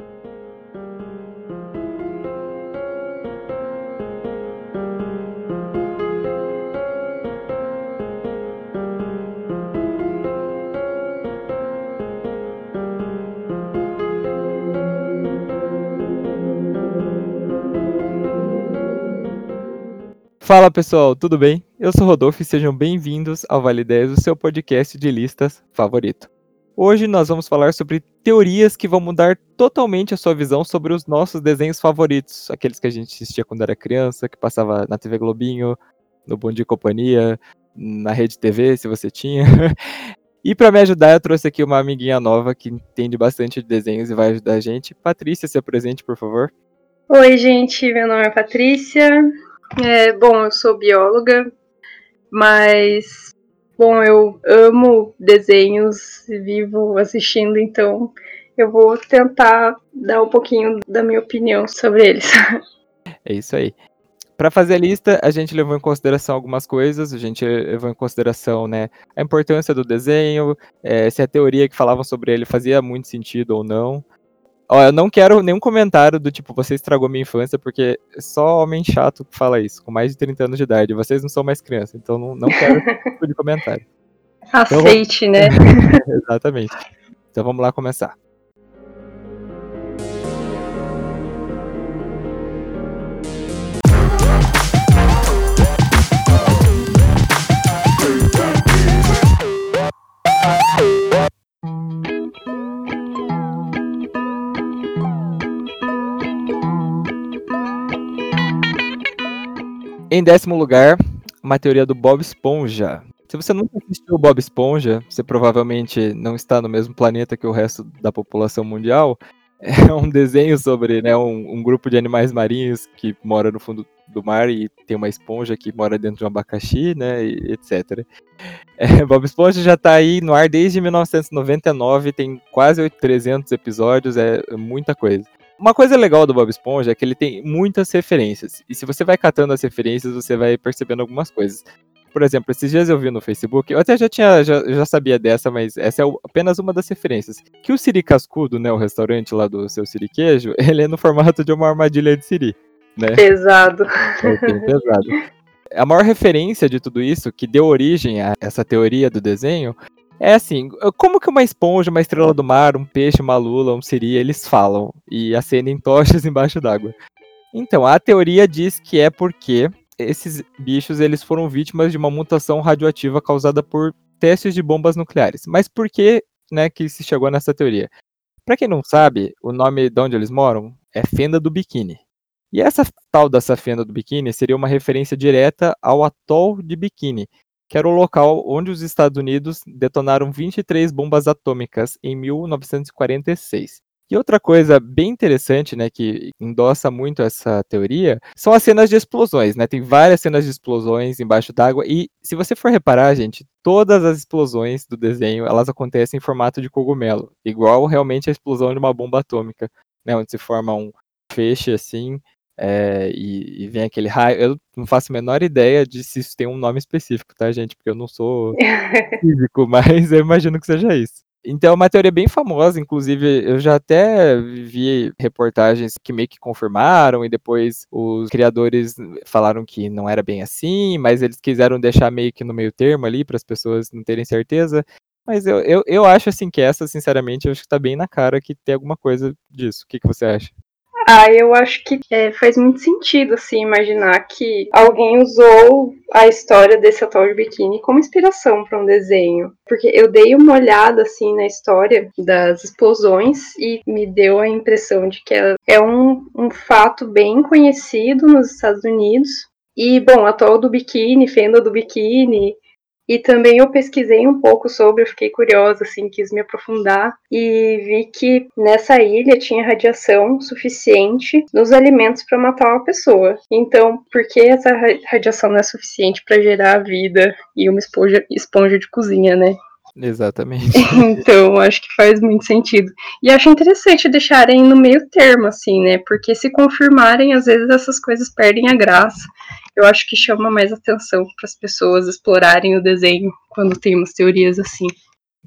Fala pessoal, tudo bem? Eu sou o Rodolfo e sejam bem-vindos ao Vale 10, o seu podcast de listas favorito. Hoje nós vamos falar sobre teorias que vão mudar totalmente a sua visão sobre os nossos desenhos favoritos, aqueles que a gente assistia quando era criança, que passava na TV Globinho, no Bom Dia e Companhia, na Rede TV, se você tinha. E para me ajudar, eu trouxe aqui uma amiguinha nova que entende bastante de desenhos e vai ajudar a gente. Patrícia, se apresente, por favor. Oi, gente, meu nome é Patrícia. Eu sou bióloga, mas, eu amo desenhos e vivo assistindo, então eu vou tentar dar um pouquinho da minha opinião sobre eles. É isso aí. Para fazer a lista, a gente levou em consideração algumas coisas, a gente levou em consideração, né, a importância do desenho, se a teoria que falavam sobre ele fazia muito sentido ou não. Ó, eu não quero nenhum comentário do tipo, você estragou minha infância, porque é só homem chato que fala isso, com mais de 30 anos de idade. Vocês não são mais crianças, então não quero esse tipo de comentário. Aceite, né? Exatamente. Então vamos lá começar. Em 10º lugar, uma teoria do Bob Esponja. Se você nunca assistiu o Bob Esponja, você provavelmente não está no mesmo planeta que o resto da população mundial. É um desenho sobre, né, um grupo de animais marinhos que mora no fundo do mar e tem uma esponja que mora dentro de um abacaxi, né, e etc. Bob Esponja já está aí no ar desde 1999, tem quase 300 episódios, é muita coisa. Uma coisa legal do Bob Esponja é que ele tem muitas referências. E se você vai catando as referências, você vai percebendo algumas coisas. Por exemplo, esses dias eu vi no Facebook, eu até já sabia dessa, mas essa é apenas uma das referências. Que o Siri Cascudo, né, o restaurante lá do Seu Siri Queijo, ele é no formato de uma armadilha de Siri, né? Pesado. É bem pesado. A maior referência de tudo isso, que deu origem a essa teoria do desenho, é assim, como que uma esponja, uma estrela do mar, um peixe, uma lula, um siri, eles falam e acendem tochas embaixo d'água? Então, a teoria diz que é porque esses bichos eles foram vítimas de uma mutação radioativa causada por testes de bombas nucleares. Mas por que, né, que se chegou nessa teoria? Para quem não sabe, o nome de onde eles moram é Fenda do Biquíni. E essa tal dessa Fenda do Biquíni seria uma referência direta ao Atol de Biquíni, que era o local onde os Estados Unidos detonaram 23 bombas atômicas em 1946. E outra coisa bem interessante, né, que endossa muito essa teoria, são as cenas de explosões, né? Tem várias cenas de explosões embaixo d'água e, se você for reparar, gente, todas as explosões do desenho, elas acontecem em formato de cogumelo, igual realmente a explosão de uma bomba atômica, né, onde se forma um feixe assim, e vem aquele raio. Eu não faço a menor ideia de se isso tem um nome específico, tá, gente? Porque eu não sou físico, mas eu imagino que seja isso. Então é uma teoria bem famosa, inclusive eu já até vi reportagens que meio que confirmaram e depois os criadores falaram que não era bem assim, mas eles quiseram deixar meio que no meio termo ali para as pessoas não terem certeza. Mas eu acho assim que essa, sinceramente, eu acho que tá bem na cara que tem alguma coisa disso. O que você acha? Eu acho que faz muito sentido, assim, imaginar que alguém usou a história desse atol de biquíni como inspiração para um desenho. Porque eu dei uma olhada, assim, na história das explosões e me deu a impressão de que é um fato bem conhecido nos Estados Unidos. E, bom, atol do biquíni, fenda do biquíni. E também eu pesquisei um pouco sobre, eu fiquei curiosa, assim, quis me aprofundar e vi que nessa ilha tinha radiação suficiente nos alimentos para matar uma pessoa. Então, por que essa radiação não é suficiente para gerar a vida e uma esponja de cozinha, né? Exatamente. Então, acho que faz muito sentido. E acho interessante deixarem no meio termo, assim, né? Porque se confirmarem, às vezes essas coisas perdem a graça. Eu acho que chama mais atenção para as pessoas explorarem o desenho quando tem umas teorias assim.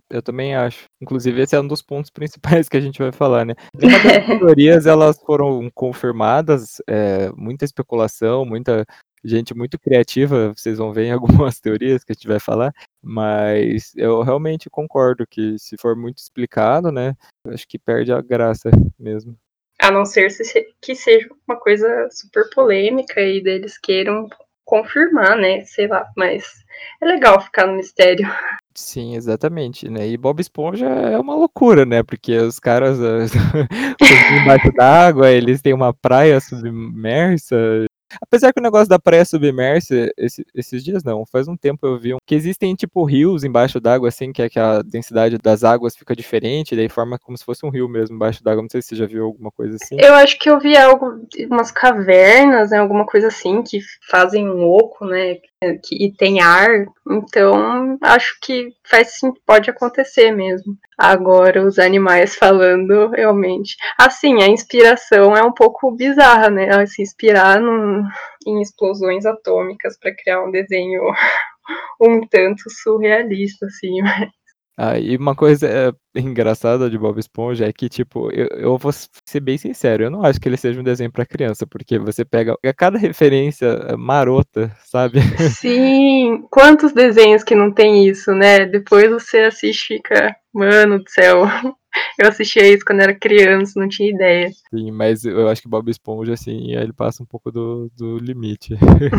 Eu também acho. Inclusive, esse é um dos pontos principais que a gente vai falar, né? Nenhuma das teorias, elas foram confirmadas, muita especulação, muita gente muito criativa, vocês vão ver em algumas teorias que a gente vai falar, mas eu realmente concordo que se for muito explicado, né, eu acho que perde a graça mesmo. A não ser que seja uma coisa super polêmica e deles queiram confirmar, né? Sei lá, mas é legal ficar no mistério. Sim, exatamente, né? E Bob Esponja é uma loucura, né? Porque os caras cozinham embaixo d'água, eles têm uma praia submersa. Apesar que o negócio da praia submersa, esses dias não, faz um tempo eu vi que existem tipo rios embaixo d'água, assim, que é que a densidade das águas fica diferente, daí forma como se fosse um rio mesmo embaixo d'água. Não sei se você já viu alguma coisa assim. Eu acho que eu vi umas cavernas, né, alguma coisa assim, que fazem um oco, né? E tem ar. Então, acho que pode acontecer mesmo. Agora, os animais falando, realmente. Assim, a inspiração é um pouco bizarra, né? Se inspirar em explosões atômicas para criar um desenho um tanto surrealista, assim. Ah, e uma coisa engraçada de Bob Esponja é que, tipo, eu vou ser bem sincero, eu não acho que ele seja um desenho pra criança, porque você pega cada referência marota, sabe? Sim, quantos desenhos que não tem isso, né? Depois você assiste e fica, mano do céu. Eu assistia isso quando era criança, não tinha ideia. Sim, mas eu acho que Bob Esponja, assim, ele passa um pouco do limite.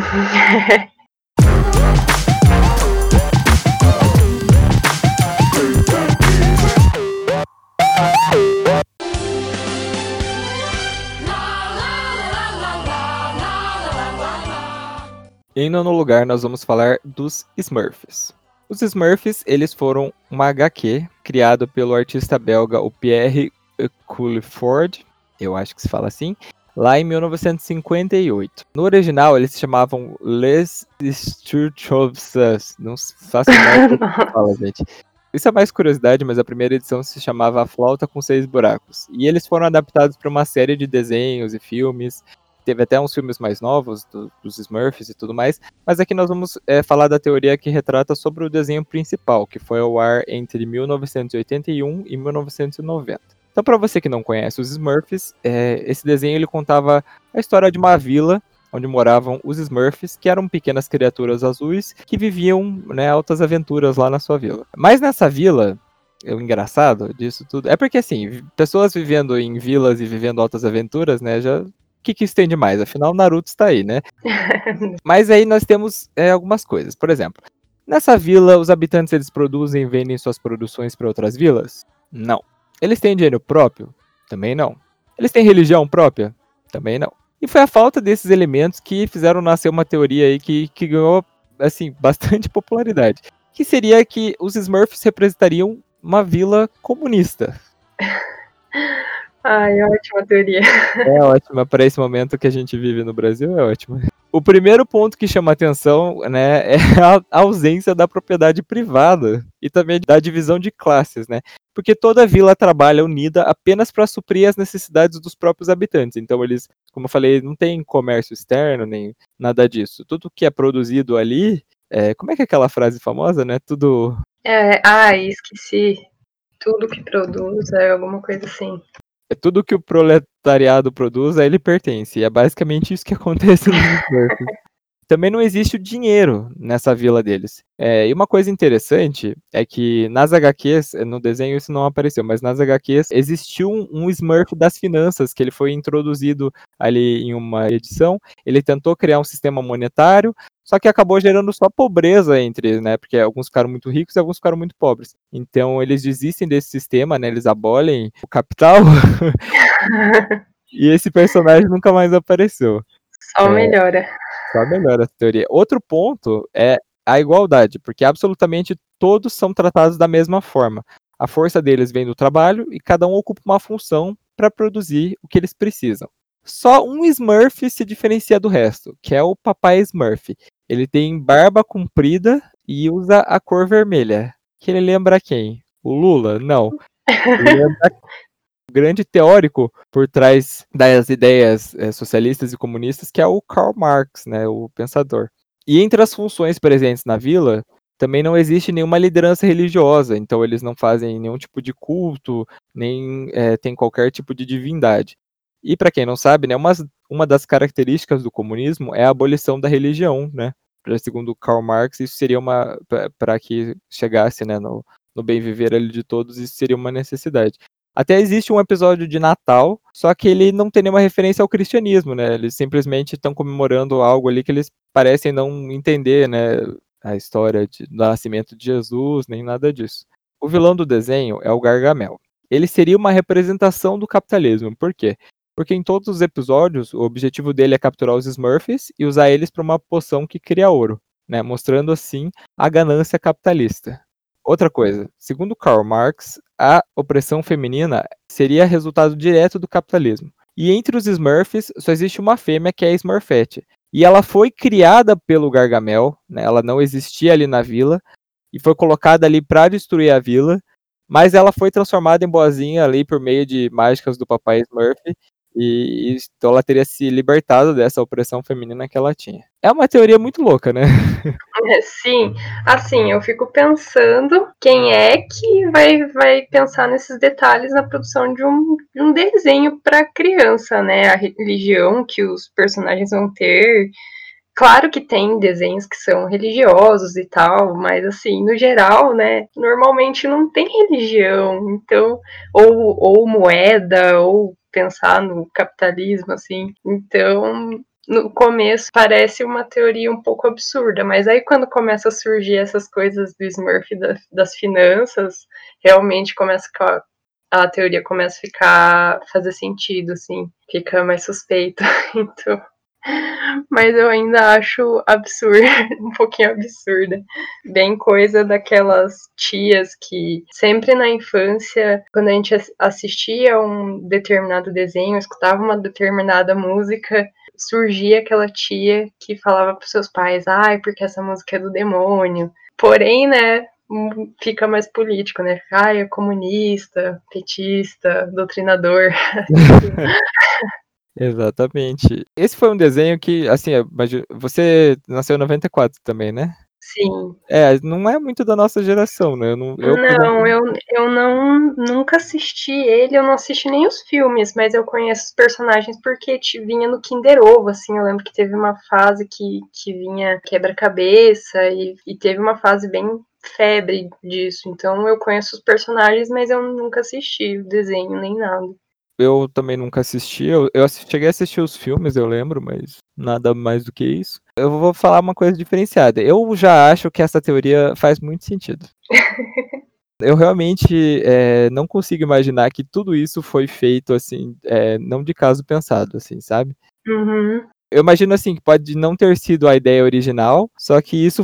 Em nono lugar, nós vamos falar dos Smurfs. Os Smurfs, eles foram uma HQ criado pelo artista belga, o Pierre Culliford, eu acho que se fala assim, lá em 1958. No original, eles se chamavam Les Sturchovsas. Não faço mais como que fala, gente. Isso é mais curiosidade, mas a primeira edição se chamava A Flauta com 6 Buracos. E eles foram adaptados para uma série de desenhos e filmes. Teve até uns filmes mais novos dos Smurfs e tudo mais. Mas aqui nós vamos falar da teoria que retrata sobre o desenho principal, que foi ao ar entre 1981 e 1990. Então, para você que não conhece os Smurfs, esse desenho ele contava a história de uma vila onde moravam os Smurfs, que eram pequenas criaturas azuis que viviam, né, altas aventuras lá na sua vila. Mas nessa vila, o engraçado disso tudo é porque, assim, pessoas vivendo em vilas e vivendo altas aventuras, né, já... O que isso tem de mais? Afinal, Naruto está aí, né? Mas aí nós temos algumas coisas. Por exemplo, nessa vila, os habitantes eles produzem e vendem suas produções para outras vilas? Não. Eles têm dinheiro próprio? Também não. Eles têm religião própria? Também não. E foi a falta desses elementos que fizeram nascer uma teoria aí que ganhou, assim, bastante popularidade. Que seria que os Smurfs representariam uma vila comunista. Ai, ótima teoria. É ótima para esse momento que a gente vive no Brasil, é ótima. O primeiro ponto que chama atenção, né, é a ausência da propriedade privada e também da divisão de classes, né? Porque toda vila trabalha unida apenas para suprir as necessidades dos próprios habitantes. Então eles, como eu falei, não tem comércio externo nem nada disso. Tudo que é produzido ali, como é que é aquela frase famosa, né? Tudo... Esqueci. Tudo que produz é alguma coisa assim. Tudo que o proletariado produz, a ele pertence. E é basicamente isso que acontece nos Smurfs. Também não existe o dinheiro nessa vila deles. E uma coisa interessante é que nas HQs, no desenho isso não apareceu, mas nas HQs existiu um Smurf das finanças, que ele foi introduzido ali em uma edição. Ele tentou criar um sistema monetário, só que acabou gerando só pobreza entre eles, né? Porque alguns ficaram muito ricos e alguns ficaram muito pobres. Então eles desistem desse sistema, né? Eles abolem o capital. E esse personagem nunca mais apareceu. Só melhora. Só melhora a teoria. Outro ponto é a igualdade, porque absolutamente todos são tratados da mesma forma. A força deles vem do trabalho e cada um ocupa uma função para produzir o que eles precisam. Só um Smurf se diferencia do resto, que é o Papai Smurf. Ele tem barba comprida e usa a cor vermelha. Que ele lembra quem? O Lula? Não. Ele lembra o grande teórico por trás das ideias socialistas e comunistas, que é o Karl Marx, né, o pensador. E entre as funções presentes na vila, também não existe nenhuma liderança religiosa, então eles não fazem nenhum tipo de culto, nem tem qualquer tipo de divindade. E para quem não sabe, né, uma das características do comunismo é a abolição da religião, né? Segundo Karl Marx, isso seria para que chegasse, né, no bem viver ali de todos, isso seria uma necessidade. Até existe um episódio de Natal, só que ele não tem nenhuma referência ao cristianismo, né? Eles simplesmente estão comemorando algo ali que eles parecem não entender, né? A história do nascimento de Jesus, nem nada disso. O vilão do desenho é o Gargamel. Ele seria uma representação do capitalismo. Por quê? Porque em todos os episódios, o objetivo dele é capturar os Smurfs e usar eles para uma poção que cria ouro, né? Mostrando assim a ganância capitalista. Outra coisa, segundo Karl Marx, a opressão feminina seria resultado direto do capitalismo. E entre os Smurfs só existe uma fêmea, que é a Smurfette. E ela foi criada pelo Gargamel, né? Ela não existia ali na vila e foi colocada ali para destruir a vila, mas ela foi transformada em boazinha ali por meio de mágicas do papai Smurf e então ela teria se libertado dessa opressão feminina que ela tinha. É uma teoria muito louca, né? Sim, assim, eu fico pensando quem é que vai pensar nesses detalhes na produção de um desenho para criança, né? A religião que os personagens vão ter. Claro que tem desenhos que são religiosos e tal, mas assim, no geral, né, normalmente não tem religião, então, ou moeda, ou pensar no capitalismo, assim. Então, no começo parece uma teoria um pouco absurda, mas aí quando começa a surgir essas coisas do Smurf das finanças, realmente começa a teoria começa a fazer sentido, assim, fica mais suspeita. Então, mas eu ainda acho absurda, um pouquinho absurda. Bem coisa daquelas tias que sempre na infância, quando a gente assistia um determinado desenho, escutava uma determinada música, surgia aquela tia que falava para seus pais, ai, porque essa música é do demônio. Porém, né, fica mais político, né? Ai, é comunista, petista, doutrinador. Exatamente. Esse foi um desenho que, assim, você nasceu em 94 também, né? Sim. Não é muito da nossa geração, né? Por Não, exemplo, eu nunca assisti ele, eu não assisti nem os filmes, mas eu conheço os personagens porque vinha no Kinder Ovo, assim, eu lembro que teve uma fase que vinha quebra-cabeça e teve uma fase bem febre disso, então eu conheço os personagens, mas eu nunca assisti o desenho nem nada. eu também nunca assisti. Cheguei a assistir os filmes, eu lembro, mas nada mais do que isso. Eu vou falar uma coisa diferenciada. Eu já acho que essa teoria faz muito sentido. Eu realmente não consigo imaginar que tudo isso foi feito, assim, não de caso pensado, assim, sabe? Uhum. Eu imagino, assim, que pode não ter sido a ideia original, só que isso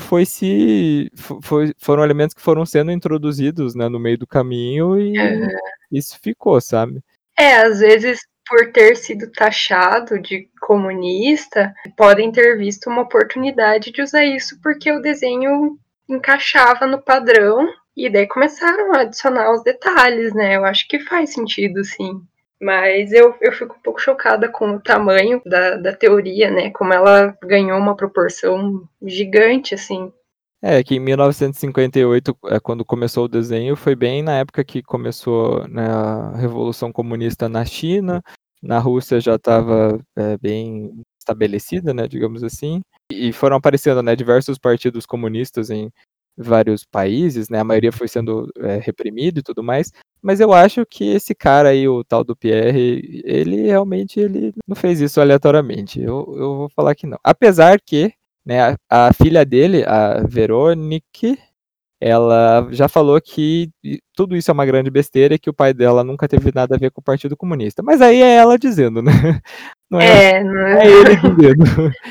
foram elementos que foram sendo introduzidos, né, no meio do caminho e Uhum. isso ficou, sabe? Às vezes, por ter sido taxado de comunista, podem ter visto uma oportunidade de usar isso porque o desenho encaixava no padrão e daí começaram a adicionar os detalhes, né? Eu acho que faz sentido, sim. Mas eu fico um pouco chocada com o tamanho da teoria, né? Como ela ganhou uma proporção gigante, assim. Que em 1958, quando começou o desenho, foi bem na época que começou, né, a Revolução Comunista na China, na Rússia já estava bem estabelecida, né, digamos assim, e foram aparecendo, né, diversos partidos comunistas em vários países, né, a maioria foi sendo reprimido e tudo mais, mas eu acho que esse cara aí, o tal do Pierre, ele realmente ele não fez isso aleatoriamente, eu vou falar que não. Apesar que, né, a filha dele, a Veronique, ela já falou que tudo isso é uma grande besteira e que o pai dela nunca teve nada a ver com o Partido Comunista. Mas aí é ela dizendo, né? Não é, não é ele dizendo.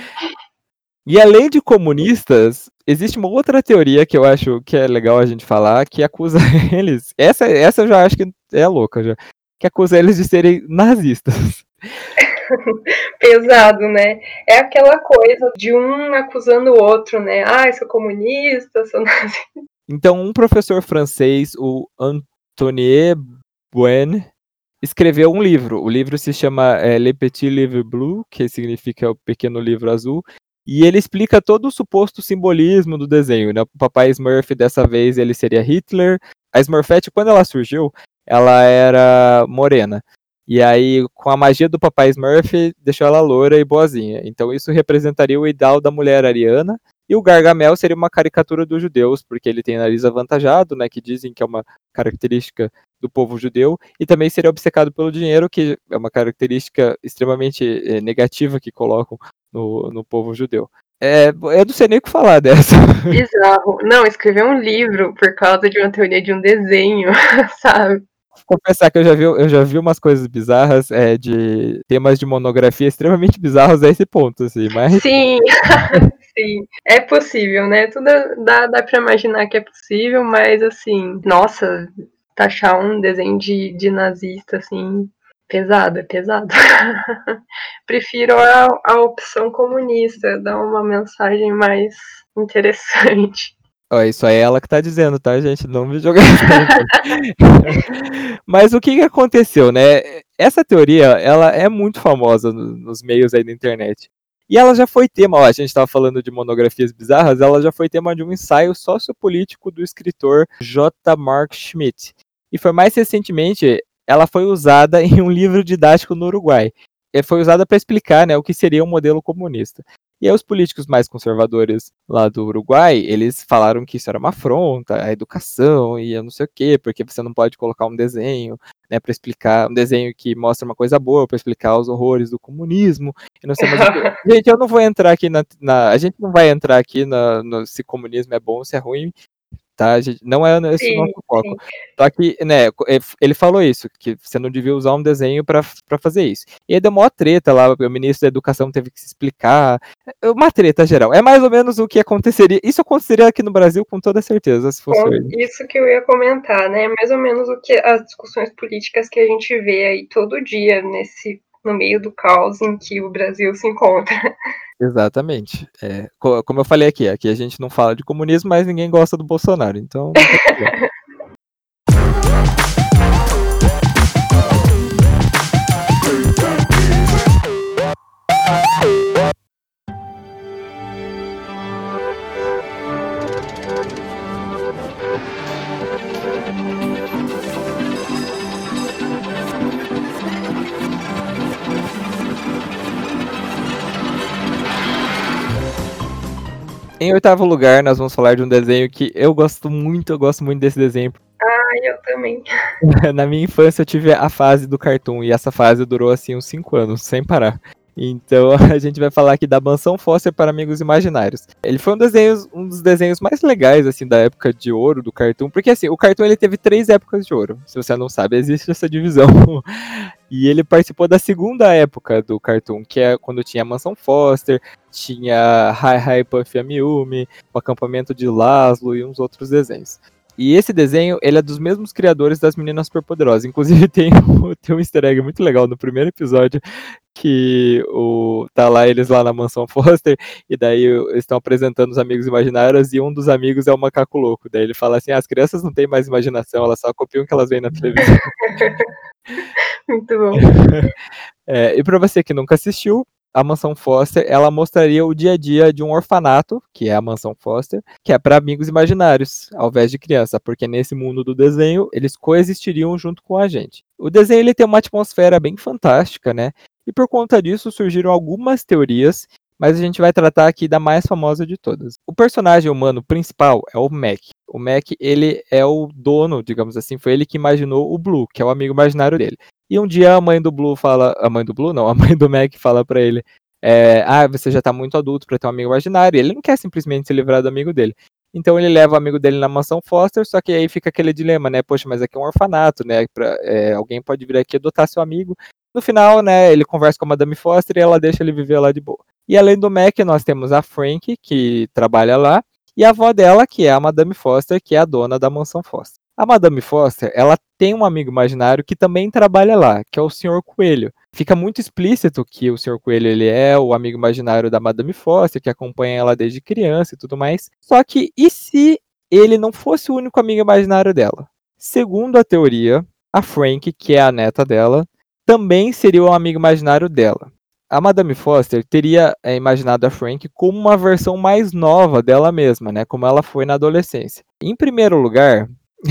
E além de comunistas, existe uma outra teoria que eu acho que é legal a gente falar, que acusa eles. Essa eu já acho que é louca, já. Que acusa eles de serem nazistas. Pesado, né? É aquela coisa de um acusando o outro, né? Ah, eu sou comunista, sou nazi. Então, um professor francês, o Antoine Buen, escreveu um livro. O livro se chama Le Petit Livre Bleu, que significa o Pequeno Livro Azul. E ele explica todo o suposto simbolismo do desenho, né? O papai Smurf, dessa vez, ele seria Hitler. A Smurfette, quando ela surgiu, ela era morena. E aí, com a magia do papai Smurf, deixou ela loura e boazinha. Então isso representaria o ideal da mulher ariana. E o Gargamel seria uma caricatura dos judeus, porque ele tem nariz avantajado, né? Que dizem que é uma característica do povo judeu. E também seria obcecado pelo dinheiro, que é uma característica extremamente negativa que colocam no povo judeu. Eu não sei nem o que falar dessa. Bizarro. Não, escrever um livro por causa de uma teoria de um desenho, sabe? Confessar que eu já vi umas coisas bizarras, de temas de monografia extremamente bizarros a esse ponto, assim, mas... Sim, sim. É possível, né? Tudo dá pra imaginar que é possível, mas assim, nossa, taxar um desenho de nazista, assim, pesado, é pesado. Prefiro a opção comunista, dá uma mensagem mais interessante. Ó, isso aí é ela que tá dizendo, tá, gente? Não me jogar. Mas o que que aconteceu, né? Essa teoria, ela é muito famosa nos meios aí da internet. E ela já foi tema, ó, a gente estava falando de monografias bizarras, ela já foi tema de um ensaio sociopolítico do escritor J. Mark Schmidt. E foi mais recentemente, ela foi usada em um livro didático no Uruguai. E foi usada para explicar, né, o que seria um modelo comunista. E aí os políticos mais conservadores lá do Uruguai, eles falaram que isso era uma afronta à educação e eu não sei o quê, porque você não pode colocar um desenho, né, para explicar, um desenho que mostra uma coisa boa, para explicar os horrores do comunismo, e não sei mais o quê. Gente, eu não vou entrar aqui a gente não vai entrar aqui se comunismo é bom ou se é ruim, tá? Não é esse o Sim, nosso foco. sim. Só que, né, ele falou isso, que você não devia usar um desenho pra fazer isso. E aí deu uma treta lá, o ministro da Educação teve que se explicar. Uma treta geral. É mais ou menos o que aconteceria. Isso aconteceria aqui no Brasil com toda certeza, se fosse hoje. Isso que eu ia comentar, né? Mais ou menos o que as discussões políticas que a gente vê aí todo dia no meio do caos em que o Brasil se encontra. Exatamente. Como eu falei aqui a gente não fala de comunismo, mas ninguém gosta do Bolsonaro, então não tem problema. Em oitavo lugar, nós vamos falar de um desenho que eu gosto muito desse desenho. Eu também. Na minha infância eu tive a fase do Cartoon, e essa fase durou assim uns 5 anos, sem parar. Então a gente vai falar aqui da Mansão Foster para Amigos Imaginários. Ele foi um dos desenhos mais legais assim da época de ouro do Cartoon, porque assim, o Cartoon ele teve 3 épocas de ouro. Se você não sabe, existe essa divisão. E ele participou da segunda época do Cartoon, que é quando tinha a Mansão Foster, tinha Hi Hi Puffy Amiyumi, o Acampamento de Laszlo e uns outros desenhos. E esse desenho, ele é dos mesmos criadores das Meninas Superpoderosas. Inclusive tem um easter egg muito legal no primeiro episódio, que tá lá eles lá na Mansão Foster, e daí eles estão apresentando os amigos imaginários, e um dos amigos é o macaco louco. Daí ele fala assim, as crianças não têm mais imaginação, elas só copiam o que elas veem na televisão. Muito bom. E pra você que nunca assistiu, a Mansão Foster, ela mostraria o dia a dia de um orfanato, que é a Mansão Foster, que é para amigos imaginários, ao invés de criança, porque nesse mundo do desenho, eles coexistiriam junto com a gente. O desenho ele tem uma atmosfera bem fantástica, né? E por conta disso surgiram algumas teorias, mas a gente vai tratar aqui da mais famosa de todas. O personagem humano principal é o Mac. O Mac, ele é o dono, digamos assim, foi ele que imaginou o Blue, que é o amigo imaginário dele. E um dia a mãe do Blue fala, a mãe do Blue não, a mãe do Mac fala pra ele, você já tá muito adulto pra ter um amigo imaginário. E ele não quer simplesmente se livrar do amigo dele. Então ele leva o amigo dele na Mansão Foster, só que aí fica aquele dilema, né? Poxa, mas aqui é um orfanato, né? Alguém pode vir aqui adotar seu amigo. No final, né, ele conversa com a Madame Foster e ela deixa ele viver lá de boa. E além do Mac, nós temos a Frank, que trabalha lá, e a avó dela, que é a Madame Foster, que é a dona da Mansão Foster. A Madame Foster, ela tem um amigo imaginário que também trabalha lá, que é o Sr. Coelho. Fica muito explícito que o Sr. Coelho ele é o amigo imaginário da Madame Foster, que acompanha ela desde criança e tudo mais. Só que, e se ele não fosse o único amigo imaginário dela? Segundo a teoria, a Frank, que é a neta dela, também seria o amigo imaginário dela. a Madame Foster teria imaginado a Frank como uma versão mais nova dela mesma, né? Como ela foi na adolescência. Em primeiro lugar,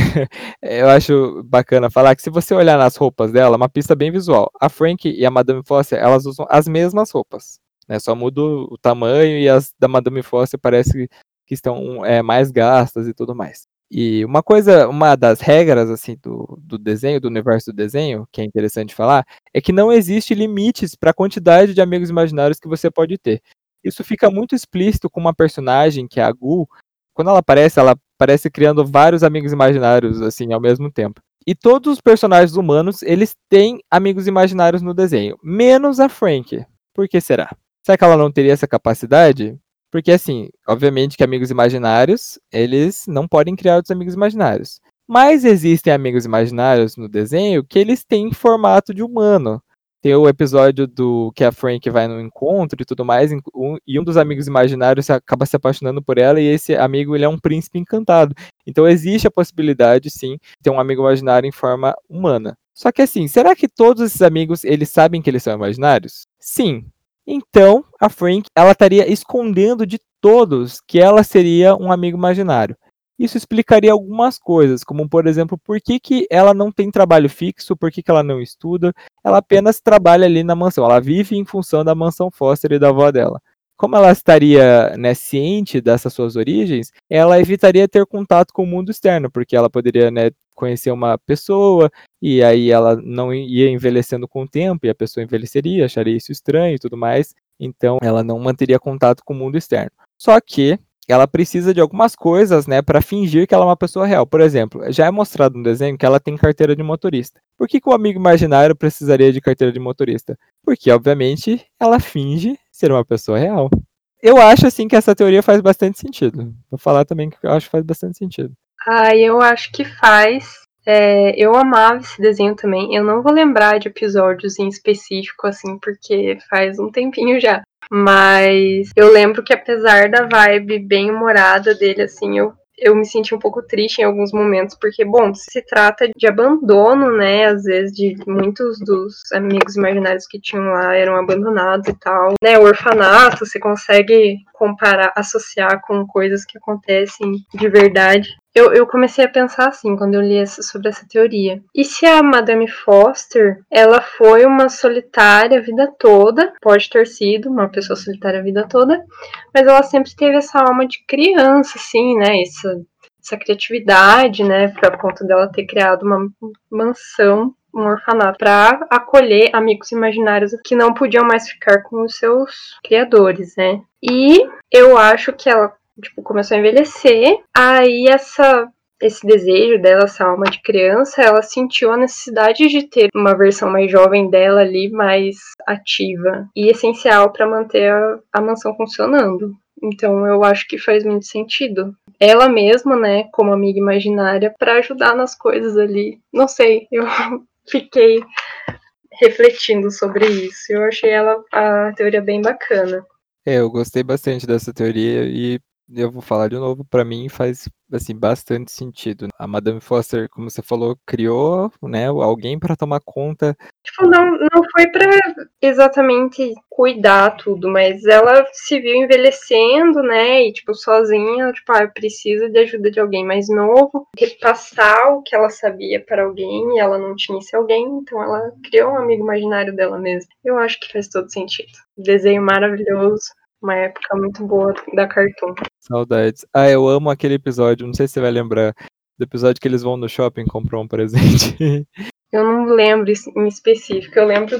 eu acho bacana falar que se você olhar nas roupas dela, uma pista bem visual. A Frank e a Madame Foster, elas usam as mesmas roupas, né? Só muda o tamanho e as da Madame Foster parece que estão mais gastas e tudo mais. E uma das regras assim do desenho, do universo do desenho, que é interessante falar, é que não existe limites para a quantidade de amigos imaginários que você pode ter. Isso fica muito explícito com uma personagem que é a Gu. Quando ela aparece criando vários amigos imaginários assim ao mesmo tempo. E todos os personagens humanos, eles têm amigos imaginários no desenho, menos a Frank. Por que será? Será que ela não teria essa capacidade? Porque, assim, obviamente que amigos imaginários, eles não podem criar outros amigos imaginários. Mas existem amigos imaginários no desenho que eles têm formato de humano. Tem o episódio do que a Frank vai no encontro e tudo mais, e um dos amigos imaginários acaba se apaixonando por ela, e esse amigo ele é um príncipe encantado. Então existe a possibilidade, sim, de ter um amigo imaginário em forma humana. Só que assim, será que todos esses amigos, eles sabem que eles são imaginários? Sim. Então, a Frank, ela estaria escondendo de todos que ela seria um amigo imaginário. Isso explicaria algumas coisas, como por exemplo, por que ela não tem trabalho fixo, por que ela não estuda, ela apenas trabalha ali na mansão, ela vive em função da mansão Foster e da avó dela. Como ela estaria, né, ciente dessas suas origens, ela evitaria ter contato com o mundo externo, porque ela poderia, né, conhecer uma pessoa, e aí ela não ia envelhecendo com o tempo, e a pessoa envelheceria, acharia isso estranho e tudo mais, então ela não manteria contato com o mundo externo. Só que ela precisa de algumas coisas, né, para fingir que ela é uma pessoa real. Por exemplo, já é mostrado no desenho que ela tem carteira de motorista. Por que o amigo imaginário precisaria de carteira de motorista? Porque, obviamente, ela finge ser uma pessoa real. Eu acho, assim, que essa teoria faz bastante sentido. Vou falar também que eu acho que faz bastante sentido. Eu acho que faz. Eu amava esse desenho também. Eu não vou lembrar de episódios em específico, assim, porque faz um tempinho já. Mas eu lembro que apesar da vibe bem humorada dele, assim, eu me senti um pouco triste em alguns momentos, porque, bom, se trata de abandono, né? Às vezes, de muitos dos amigos imaginários que tinham lá eram abandonados e tal. Né, o orfanato, você consegue comparar, associar com coisas que acontecem de verdade. Eu comecei a pensar assim, quando eu li sobre essa teoria. E se a Madame Foster, ela foi uma solitária a vida toda, pode ter sido uma pessoa solitária a vida toda, mas ela sempre teve essa alma de criança, assim, né? Essa criatividade, né? Pra ponto dela ter criado uma mansão, um orfanato, para acolher amigos imaginários que não podiam mais ficar com os seus criadores, né? E eu acho que ela começou a envelhecer, aí esse desejo dela, essa alma de criança, ela sentiu a necessidade de ter uma versão mais jovem dela ali, mais ativa e essencial para manter a mansão funcionando. Então eu acho que faz muito sentido. Ela mesma, né, como amiga imaginária, para ajudar nas coisas ali. Não sei, eu fiquei refletindo sobre isso. Eu achei a teoria bem bacana. Eu gostei bastante dessa teoria e eu vou falar de novo, para mim faz assim bastante sentido. A Madame Foster, como você falou, criou, né, alguém para tomar conta. Não foi para exatamente cuidar tudo, mas ela se viu envelhecendo, né, e sozinha, precisa de ajuda de alguém mais novo, repassar o que ela sabia para alguém e ela não tinha esse alguém, então ela criou um amigo imaginário dela mesma. Eu acho que faz todo sentido. Desenho maravilhoso. Uma época muito boa da Cartoon. Saudades. Eu amo aquele episódio, não sei se você vai lembrar, do episódio que eles vão no shopping comprar um presente. Eu não lembro em específico. Eu lembro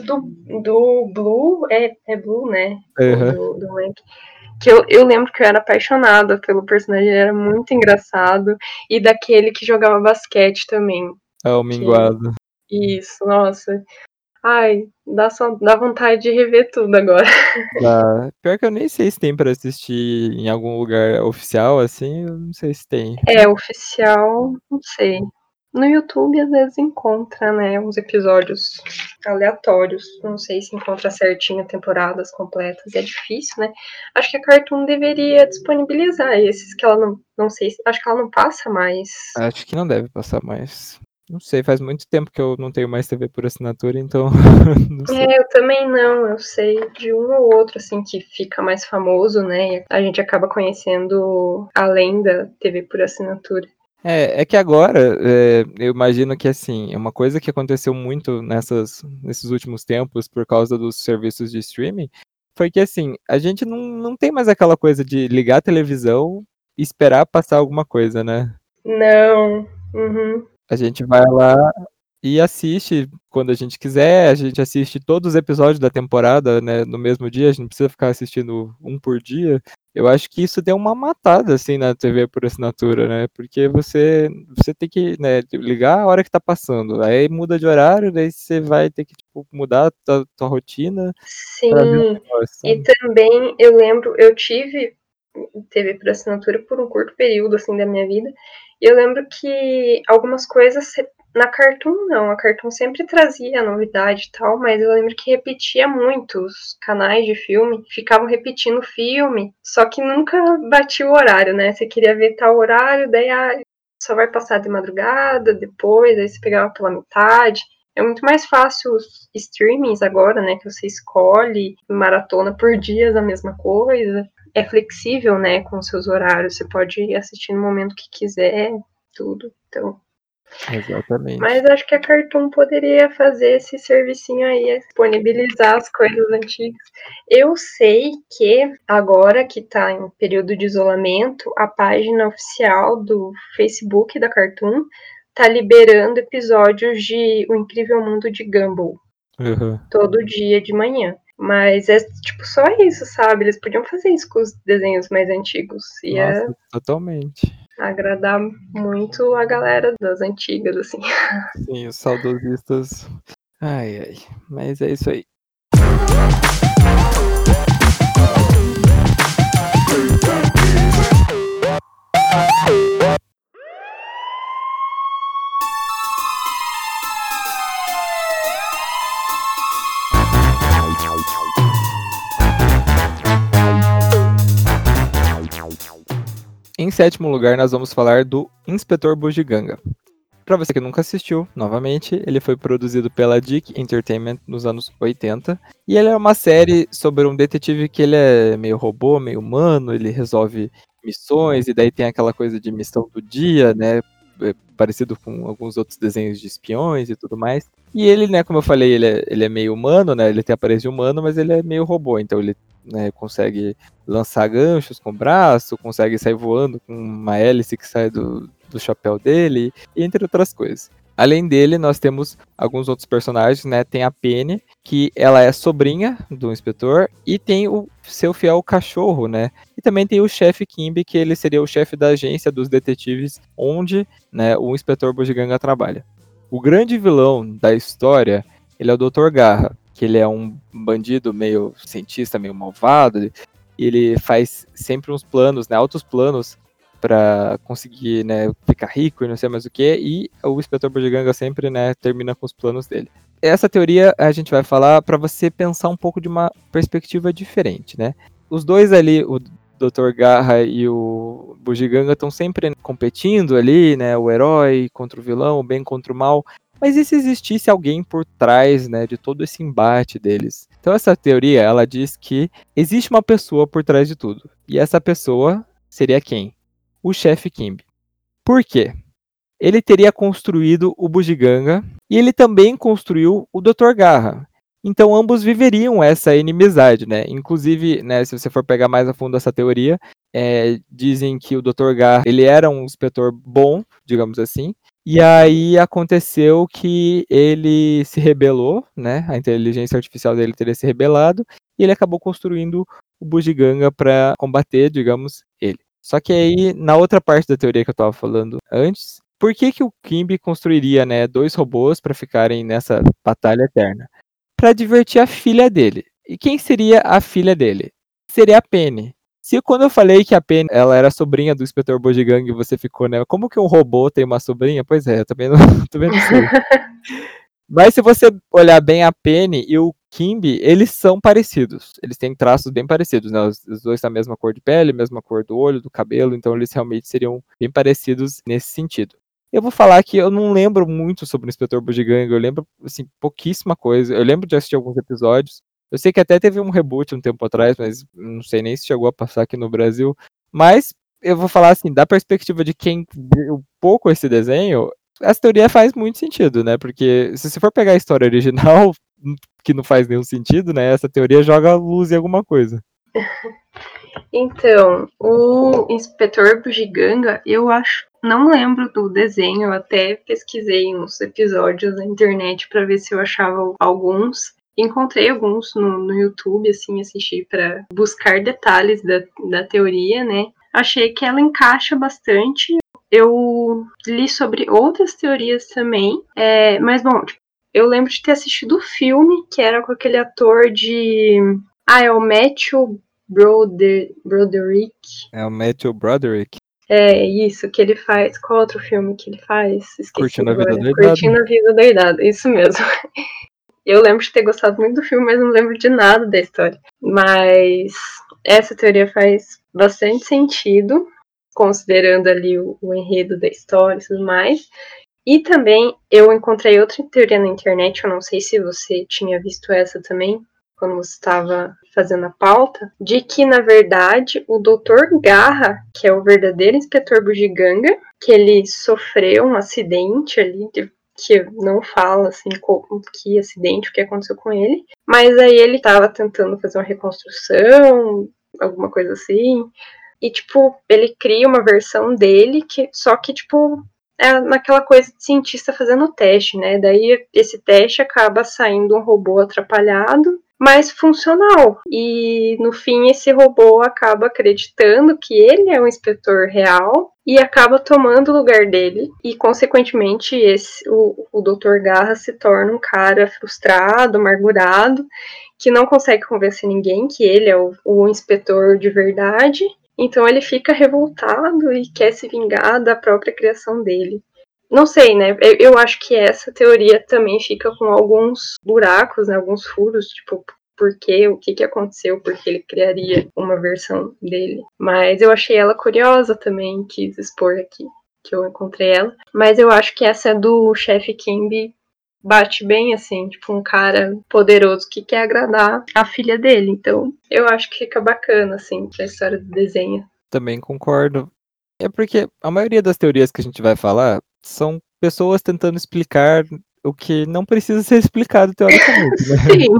do Blue, é Blue, né? Uhum. Do Mac. Que eu lembro que eu era apaixonada pelo personagem, ele era muito engraçado. E daquele que jogava basquete também. O Minguado. Isso, nossa. Ai, dá vontade de rever tudo agora. Pior que eu nem sei se tem pra assistir em algum lugar oficial, assim, eu não sei se tem. Oficial, não sei. No YouTube às vezes encontra, né, uns episódios aleatórios. Não sei se encontra certinho temporadas completas. É difícil, né? Acho que a Cartoon deveria disponibilizar esses que ela não sei, acho que ela não passa mais. Acho que não deve passar mais. Não sei, faz muito tempo que eu não tenho mais TV por assinatura, então não sei. Eu também não, eu sei de um ou outro, assim, que fica mais famoso, né? E a gente acaba conhecendo além da TV por assinatura. É que agora, eu imagino que, assim, é uma coisa que aconteceu muito nesses últimos tempos por causa dos serviços de streaming, foi que, assim, a gente não tem mais aquela coisa de ligar a televisão e esperar passar alguma coisa, né? Não. Uhum. A gente vai lá e assiste quando a gente quiser, a gente assiste todos os episódios da temporada, né, no mesmo dia, a gente não precisa ficar assistindo um por dia. Eu acho que isso deu uma matada, assim, na TV por assinatura, né, porque você tem que, né, ligar a hora que tá passando, aí muda de horário, daí você vai ter que, tipo, mudar a tua rotina pra ver o Sim. negócio, E sabe? também eu lembro, eu tive TV por assinatura por um curto período, assim, da minha vida. E eu lembro que algumas coisas na Cartoon não, a Cartoon sempre trazia novidade e tal, mas eu lembro que repetia muito os canais de filme, ficavam repetindo o filme, só que nunca batia o horário, né? Você queria ver tal horário, daí só vai passar de madrugada, depois, aí você pegava pela metade. É muito mais fácil os streamings agora, né? Que você escolhe maratona por dias a mesma coisa. É flexível, né? Com seus horários. Você pode assistir no momento que quiser, tudo. Então. Mas Exatamente. acho que a Cartoon poderia fazer esse servicinho aí, disponibilizar as coisas antigas. Eu sei que agora que tá em período de isolamento, a página oficial do Facebook da Cartoon tá liberando episódios de O Incrível Mundo de Gumball Uhum. todo dia de manhã. Mas é tipo só isso, sabe? Eles podiam fazer isso com os desenhos mais antigos. Ia Nossa, totalmente. agradar muito a galera das antigas, assim. Sim, os saudosistas. Ai, ai. Mas é isso aí. Em sétimo lugar, nós vamos falar do Inspetor Bugiganga. Pra você que nunca assistiu, novamente, ele foi produzido pela Dick Entertainment nos anos 80. E ele é uma série sobre um detetive que ele é meio robô, meio humano, ele resolve missões, e daí tem aquela coisa de missão do dia, né? Parecido com alguns outros desenhos de espiões e tudo mais. E ele, né, como eu falei, ele é meio humano, né? Ele tem aparência de humano, mas ele é meio robô, então ele, né, consegue lançar ganchos com o braço, consegue sair voando com uma hélice que sai do chapéu dele, entre outras coisas. Além dele, nós temos alguns outros personagens, né? Tem a Penny, que ela é sobrinha do inspetor, e tem o seu fiel cachorro, né? E também tem o chefe Kimby, que ele seria o chefe da agência dos detetives, onde, né, o inspetor Bugiganga trabalha. O grande vilão da história, ele é o Dr. Garra, que ele é um bandido meio cientista, meio malvado, e ele faz sempre uns planos, né, altos planos, para conseguir, né, ficar rico e não sei mais o que, e o Inspetor Bugiganga sempre, né, termina com os planos dele. Essa teoria a gente vai falar para você pensar um pouco de uma perspectiva diferente, né? Os dois ali, o Dr. Garra e o Bugiganga, estão sempre competindo ali, né, o herói contra o vilão, o bem contra o mal. Mas e se existisse alguém por trás, né, de todo esse embate deles? Então essa teoria, ela diz que existe uma pessoa por trás de tudo. E essa pessoa seria quem? O chefe Kimby. Por quê? Ele teria construído o Bugiganga e ele também construiu o Dr. Garra. Então ambos viveriam essa inimizade, né? Inclusive, né, se você for pegar mais a fundo essa teoria, dizem que o Dr. Garra ele era um inspetor bom, digamos assim. E aí aconteceu que ele se rebelou, né? A inteligência artificial dele teria se rebelado e ele acabou construindo o Bugiganga para combater, digamos, ele. Só que aí, na outra parte da teoria que eu estava falando antes, por que o Kimby construiria, né, dois robôs para ficarem nessa batalha eterna? Para divertir a filha dele. E quem seria a filha dele? Seria a Penny. Se quando eu falei que a Penny ela era sobrinha do Inspetor Bugiganga e você ficou, né, como que um robô tem uma sobrinha? Pois é, eu também não, também não sei. Mas se você olhar bem a Penny e o Kimby, eles são parecidos. Eles têm traços bem parecidos, né? Os dois têm a mesma cor de pele, mesma cor do olho, do cabelo, então eles realmente seriam bem parecidos nesse sentido. Eu vou falar que eu não lembro muito sobre o Inspetor Bugiganga, eu lembro, assim, pouquíssima coisa. Eu lembro de assistir alguns episódios. Eu sei que até teve um reboot um tempo atrás, mas não sei nem se chegou a passar aqui no Brasil. Mas eu vou falar assim, da perspectiva de quem viu pouco esse desenho, essa teoria faz muito sentido, né? Porque se você for pegar a história original, que não faz nenhum sentido, né? Essa teoria joga luz em alguma coisa. Então, o Inspetor Bugiganga, eu acho, não lembro do desenho, eu até pesquisei uns episódios na internet para ver se eu achava alguns. Encontrei alguns no YouTube, assim, assisti para buscar detalhes da teoria, né? Achei que ela encaixa bastante. Eu li sobre outras teorias também, mas bom, eu lembro de ter assistido o filme, que era com aquele ator de... Ah, é o Matthew Broderick. É o Matthew Broderick. É isso que ele faz. Qual outro filme que ele faz? Esqueci Curtindo a Vida agora. Doidada. Curtindo a Vida Doidada, isso mesmo. Eu lembro de ter gostado muito do filme, mas não lembro de nada da história. Mas essa teoria faz bastante sentido, considerando ali o enredo da história e tudo mais. E também eu encontrei outra teoria na internet, eu não sei se você tinha visto essa também, quando você estava fazendo a pauta, de que, na verdade, o Dr. Garra, que é o verdadeiro inspetor Bugiganga, que ele sofreu um acidente ali, que não fala, assim, que acidente, o que aconteceu com ele, mas aí ele estava tentando fazer uma reconstrução, alguma coisa assim, e, tipo, ele cria uma versão dele, só que, tipo, é naquela coisa de cientista fazendo teste, né? Daí esse teste acaba saindo um robô atrapalhado, mas funcional. E no fim esse robô acaba acreditando que ele é o inspetor real e acaba tomando o lugar dele. E consequentemente o Dr. Garra se torna um cara frustrado, amargurado, que não consegue convencer ninguém que ele é o inspetor de verdade. Então ele fica revoltado e quer se vingar da própria criação dele. Não sei, né? Eu acho que essa teoria também fica com alguns buracos, né? Alguns furos, tipo, por quê? O que aconteceu? Porque ele criaria uma versão dele. Mas eu achei ela curiosa também, quis expor aqui, que eu encontrei ela. Mas eu acho que essa do chefe Kimby bate bem, assim, tipo, um cara poderoso que quer agradar a filha dele. Então, eu acho que fica bacana, assim, pra história do desenho. Também concordo. É porque a maioria das teorias que a gente vai falar são pessoas tentando explicar o que não precisa ser explicado teoricamente, né? Sim.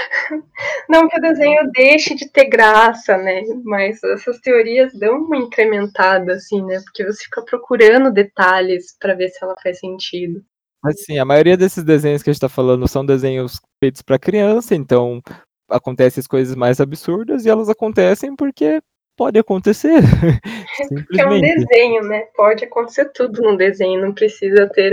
Não que o desenho deixe de ter graça, né? Mas essas teorias dão uma incrementada, assim, né? Porque você fica procurando detalhes para ver se ela faz sentido. Mas sim, a maioria desses desenhos que a gente tá falando são desenhos feitos para criança, então acontecem as coisas mais absurdas e elas acontecem porque pode acontecer. Porque é um Simplesmente. desenho, né? Pode acontecer tudo num desenho, não precisa ter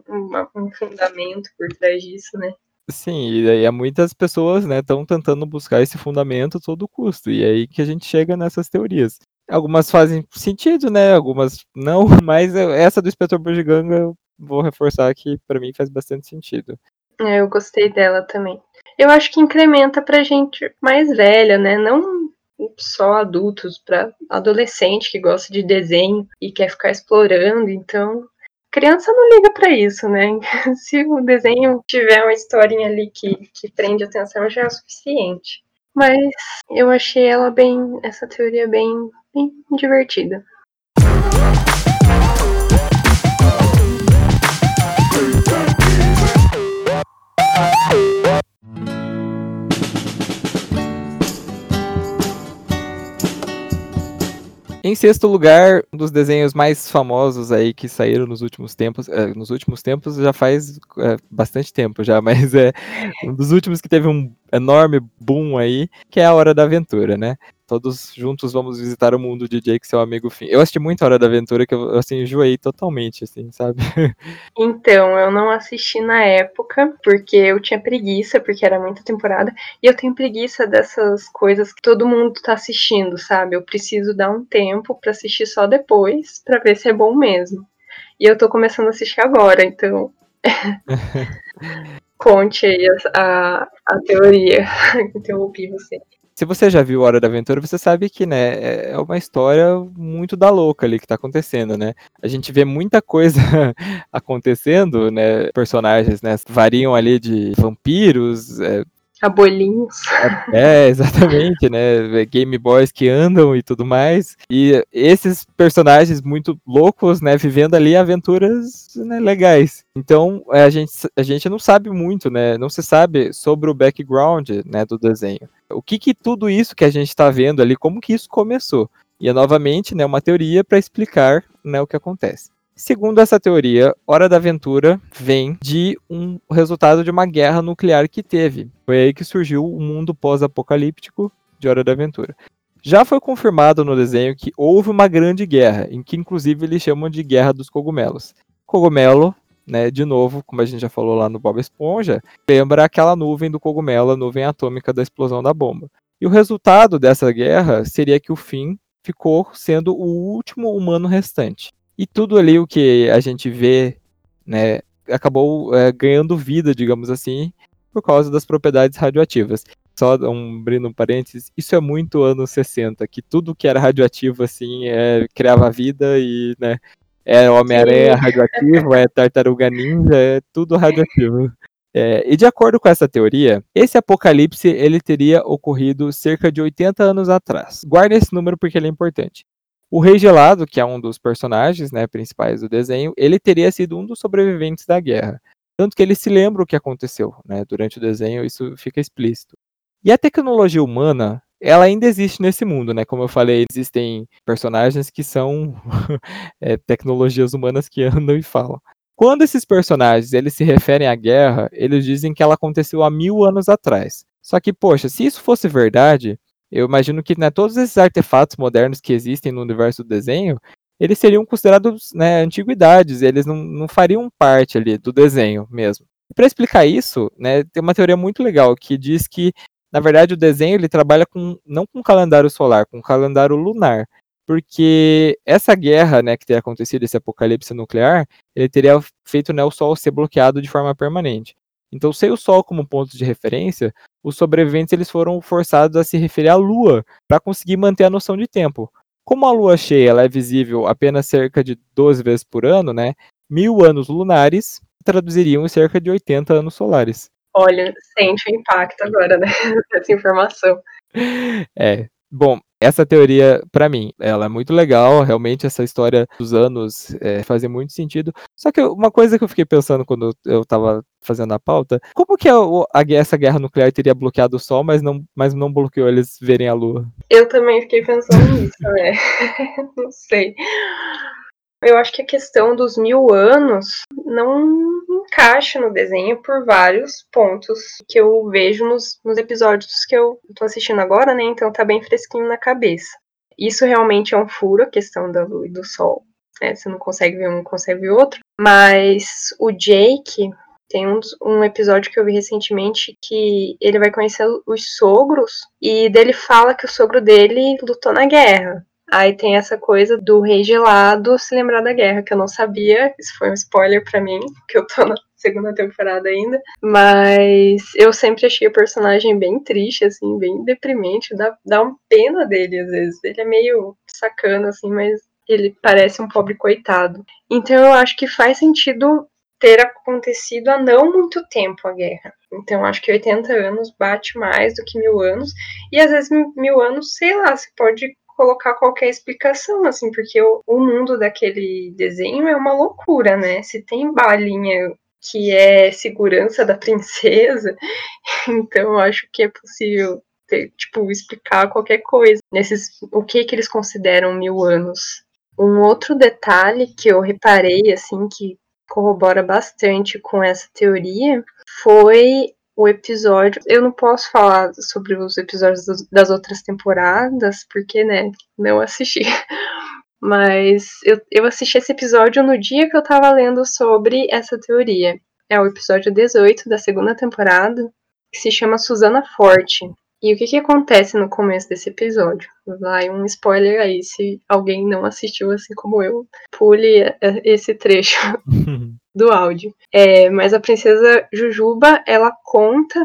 um fundamento por trás disso, né? Sim, e aí muitas pessoas, né, estão tentando buscar esse fundamento a todo custo, e é aí que a gente chega nessas teorias. Algumas fazem sentido, né, algumas não, mas essa do Inspetor Bugiganga eu vou reforçar que pra mim faz bastante sentido. Eu gostei dela também. Eu acho que incrementa pra gente mais velha, né? Não só adultos, pra adolescente que gosta de desenho e quer ficar explorando. Então, criança não liga pra isso, né? Se o desenho tiver uma historinha ali que prende atenção, já é o suficiente. Mas eu achei ela essa teoria bem divertida. Em sexto lugar, um dos desenhos mais famosos aí que saíram nos últimos tempos já faz bastante tempo já, mas é um dos últimos que teve um enorme boom aí, que é A Hora da Aventura, né? Todos juntos vamos visitar o mundo de Jake, seu amigo Finn. Eu assisti muito A Hora da Aventura, que eu assim, enjoei totalmente, assim, sabe? Então, eu não assisti na época, porque eu tinha preguiça, porque era muita temporada, e eu tenho preguiça dessas coisas que todo mundo tá assistindo, sabe? Eu preciso dar um tempo pra assistir só depois, pra ver se é bom mesmo. E eu tô começando a assistir agora, então conte aí a teoria. Interrompi você. Se você já viu Hora da Aventura, você sabe que, né, é uma história muito da louca ali que tá acontecendo, né? A gente vê muita coisa acontecendo, né? Personagens, né, variam ali de vampiros, Abolinhos. exatamente, né? Game Boys que andam e tudo mais. E esses personagens muito loucos, né? Vivendo ali aventuras, né, legais. Então, a gente não sabe muito, né? Não se sabe sobre o background, né, do desenho. O que tudo isso que a gente está vendo ali, como que isso começou? E é novamente, né, uma teoria para explicar, né, o que acontece. Segundo essa teoria, Hora da Aventura vem de um resultado de uma guerra nuclear que teve. Foi aí que surgiu o mundo pós-apocalíptico de Hora da Aventura. Já foi confirmado no desenho que houve uma grande guerra, em que inclusive eles chamam de Guerra dos Cogumelos. Cogumelo, né, de novo, como a gente já falou lá no Bob Esponja, lembra aquela nuvem do cogumelo, a nuvem atômica da explosão da bomba. E o resultado dessa guerra seria que o Finn ficou sendo o último humano restante. E tudo ali o que a gente vê, né, acabou ganhando vida, digamos assim, por causa das propriedades radioativas. Só abrindo um parênteses, isso é muito anos 60, que tudo que era radioativo, assim, criava vida e, né, é Homem-Aranha radioativo, é Tartaruga Ninja, é tudo radioativo. E de acordo com essa teoria, esse apocalipse ele teria ocorrido cerca de 80 anos atrás. Guarda esse número porque ele é importante. O Rei Gelado, que é um dos personagens, né, principais do desenho, ele teria sido um dos sobreviventes da guerra. Tanto que ele se lembra o que aconteceu, né, durante o desenho, isso fica explícito. E a tecnologia humana, ela ainda existe nesse mundo, né? Como eu falei, existem personagens que são tecnologias humanas que andam e falam. Quando esses personagens eles se referem à guerra, eles dizem que ela aconteceu há 1000 anos atrás. Só que, poxa, se isso fosse verdade, eu imagino que, né, todos esses artefatos modernos que existem no universo do desenho, eles seriam considerados, né, antiguidades, eles não fariam parte ali do desenho mesmo. Para explicar isso, né, tem uma teoria muito legal que diz que, na verdade, o desenho ele trabalha não com calendário solar, com calendário lunar. Porque essa guerra, né, que teria acontecido, esse apocalipse nuclear, ele teria feito, né, o Sol ser bloqueado de forma permanente. Então, sem o Sol como ponto de referência, os sobreviventes eles foram forçados a se referir à Lua para conseguir manter a noção de tempo. Como a Lua cheia ela é visível apenas cerca de 12 vezes por ano, né, 1000 anos lunares traduziriam em cerca de 80 anos solares. Olha, sente o impacto agora, né, dessa informação. Bom, essa teoria, pra mim, ela é muito legal, realmente essa história dos anos fazia muito sentido. Só que uma coisa que eu fiquei pensando quando eu tava fazendo a pauta, como que essa guerra nuclear teria bloqueado o Sol, mas não bloqueou eles verem a Lua? Eu também fiquei pensando nisso, né? Não sei. Eu acho que a questão dos 1000 anos não encaixa no desenho por vários pontos que eu vejo nos episódios que eu tô assistindo agora, né? Então tá bem fresquinho na cabeça. Isso realmente é um furo, a questão da lua e do sol, né? Você não consegue ver um, não consegue ver outro. Mas o Jake tem um episódio que eu vi recentemente que ele vai conhecer os sogros e dele fala que o sogro dele lutou na guerra. Aí tem essa coisa do Rei Gelado se lembrar da guerra, que eu não sabia. Isso foi um spoiler pra mim, que eu tô na segunda temporada ainda. Mas eu sempre achei o personagem bem triste, assim, bem deprimente. Dá uma pena dele, às vezes. Ele é meio sacana, assim, mas ele parece um pobre coitado. Então eu acho que faz sentido ter acontecido há não muito tempo a guerra. Então acho que 80 anos bate mais do que 1000 anos. E às vezes 1000 anos, sei lá, se pode colocar qualquer explicação, assim, porque o mundo daquele desenho é uma loucura, né? Se tem balinha que é segurança da princesa, então eu acho que é possível explicar qualquer coisa o que eles consideram 1000 anos. Um outro detalhe que eu reparei, assim, que corrobora bastante com essa teoria, foi o episódio. Eu não posso falar sobre os episódios das outras temporadas, porque, né, não assisti. Mas eu assisti esse episódio no dia que eu tava lendo sobre essa teoria. É o episódio 18 da segunda temporada, que se chama Susana Forte. E o que acontece no começo desse episódio? Vai um spoiler aí, se alguém não assistiu assim como eu, pule esse trecho do áudio. Mas a princesa Jujuba, ela conta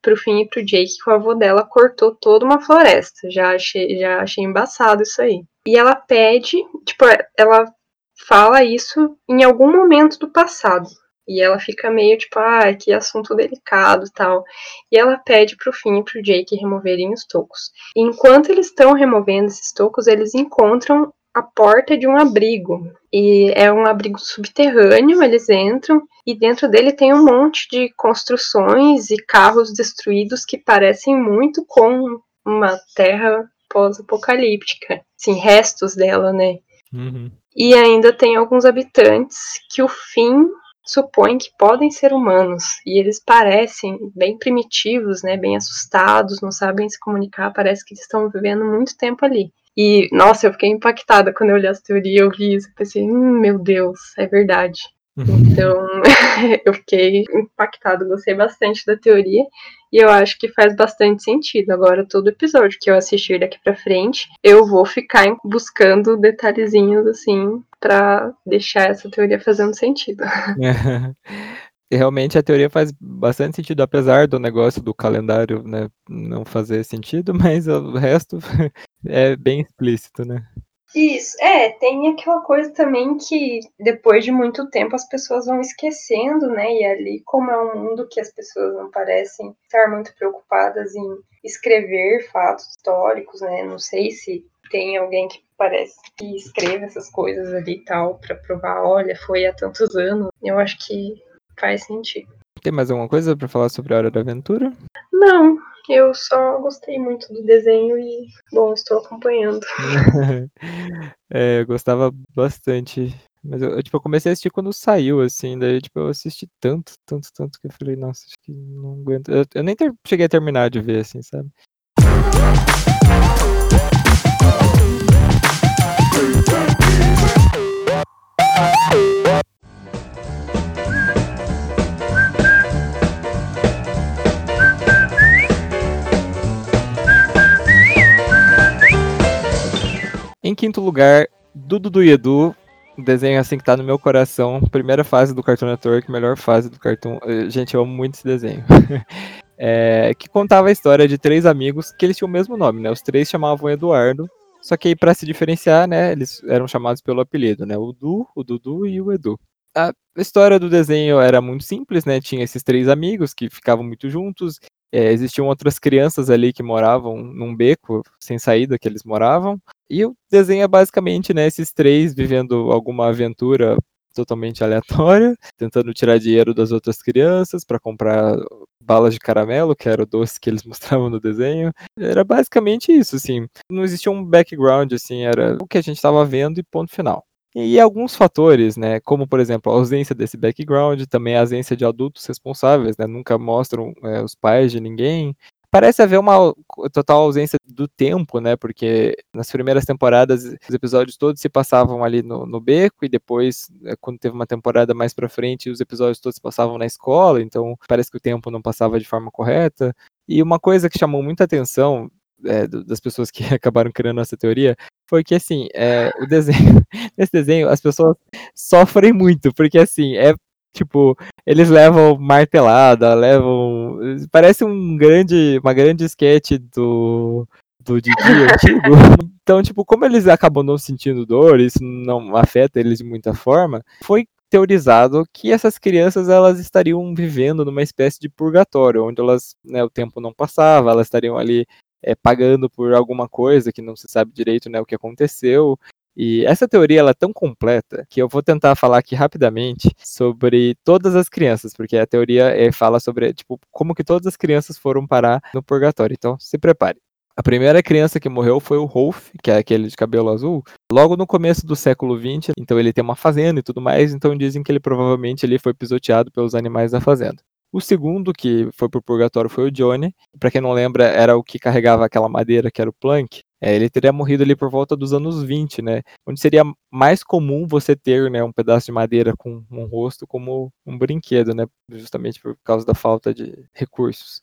pro Finn e pro Jake que o avô dela cortou toda uma floresta. Já achei embaçado isso aí. E ela pede, tipo, ela fala isso em algum momento do passado. E ela fica meio tipo, que assunto delicado e tal. E ela pede pro Finn e pro Jake removerem os tocos. E enquanto eles estão removendo esses tocos, eles encontram a porta de um abrigo. E é um abrigo subterrâneo, eles entram. E dentro dele tem um monte de construções e carros destruídos que parecem muito com uma terra pós-apocalíptica. Assim, restos dela, né? Uhum. E ainda tem alguns habitantes que o Finn supõe que podem ser humanos. E eles parecem bem primitivos, né? Bem assustados, não sabem se comunicar. Parece que eles estão vivendo muito tempo ali. E, nossa, eu fiquei impactada quando eu olhei essa teoria, eu vi isso. Eu pensei, meu Deus, é verdade. Então, eu fiquei impactado, gostei bastante da teoria e eu acho que faz bastante sentido. Agora, todo episódio que eu assistir daqui pra frente, eu vou ficar buscando detalhezinhos assim pra deixar essa teoria fazendo sentido. E realmente a teoria faz bastante sentido, apesar do negócio do calendário, né, não fazer sentido, mas o resto é bem explícito, né? Isso, tem aquela coisa também que depois de muito tempo as pessoas vão esquecendo, né? E ali, como é um mundo que as pessoas não parecem estar muito preocupadas em escrever fatos históricos, né? Não sei se tem alguém que parece que escreve essas coisas ali e tal, pra provar, olha, foi há tantos anos. Eu acho que faz sentido. Tem mais alguma coisa pra falar sobre a Hora da Aventura? Não, eu só gostei muito do desenho e, bom, estou acompanhando. Eu gostava bastante. Mas tipo, eu comecei a assistir quando saiu, assim, daí, tipo, eu assisti tanto que eu falei, nossa, acho que não aguento. Eu nem cheguei a terminar de ver, assim, sabe? Em quinto lugar, Dudu e Edu, desenho assim que tá no meu coração. Primeira fase do Cartoon Network, melhor fase do Cartoon. Gente, eu amo muito esse desenho. Que contava a história de três amigos que eles tinham o mesmo nome, né? Os três chamavam Eduardo. Só que aí, pra se diferenciar, né, eles eram chamados pelo apelido, né? O Du, o Dudu e o Edu. A história do desenho era muito simples, né? Tinha esses três amigos que ficavam muito juntos. Existiam outras crianças ali que moravam num beco sem saída que eles moravam. E o desenho é basicamente, né, esses três vivendo alguma aventura totalmente aleatória, tentando tirar dinheiro das outras crianças para comprar balas de caramelo, que era o doce que eles mostravam no desenho. Era basicamente isso, assim. Não existia um background, assim, era o que a gente estava vendo e ponto final. E alguns fatores, né, como por exemplo a ausência desse background, também a ausência de adultos responsáveis, né, nunca mostram os pais de ninguém. Parece haver uma total ausência do tempo, né, porque nas primeiras temporadas os episódios todos se passavam ali no beco e depois, quando teve uma temporada mais pra frente, os episódios todos se passavam na escola, então parece que o tempo não passava de forma correta. E uma coisa que chamou muita atenção das pessoas que acabaram criando essa teoria foi que, assim, o desenho, nesse desenho, as pessoas sofrem muito, porque, assim, tipo, eles levam martelada, parece uma grande sketch do Didi antigo. Então, tipo, como eles acabam não sentindo dor, isso não afeta eles de muita forma, foi teorizado que essas crianças elas estariam vivendo numa espécie de purgatório, onde elas, né, o tempo não passava, elas estariam ali pagando por alguma coisa que não se sabe direito, né, o que aconteceu. E essa teoria ela é tão completa que eu vou tentar falar aqui rapidamente sobre todas as crianças, porque a teoria fala sobre tipo como que todas as crianças foram parar no purgatório. Então, se prepare. A primeira criança que morreu foi o Rolf, que é aquele de cabelo azul, logo no começo do século XX, então ele tem uma fazenda e tudo mais, então dizem que ele provavelmente ele foi pisoteado pelos animais da fazenda. O segundo que foi pro purgatório foi o Johnny. Pra quem não lembra, era o que carregava aquela madeira que era o Plank. Ele teria morrido ali por volta dos anos 20, né? Onde seria mais comum você ter, né, um pedaço de madeira com um rosto como um brinquedo, né? Justamente por causa da falta de recursos.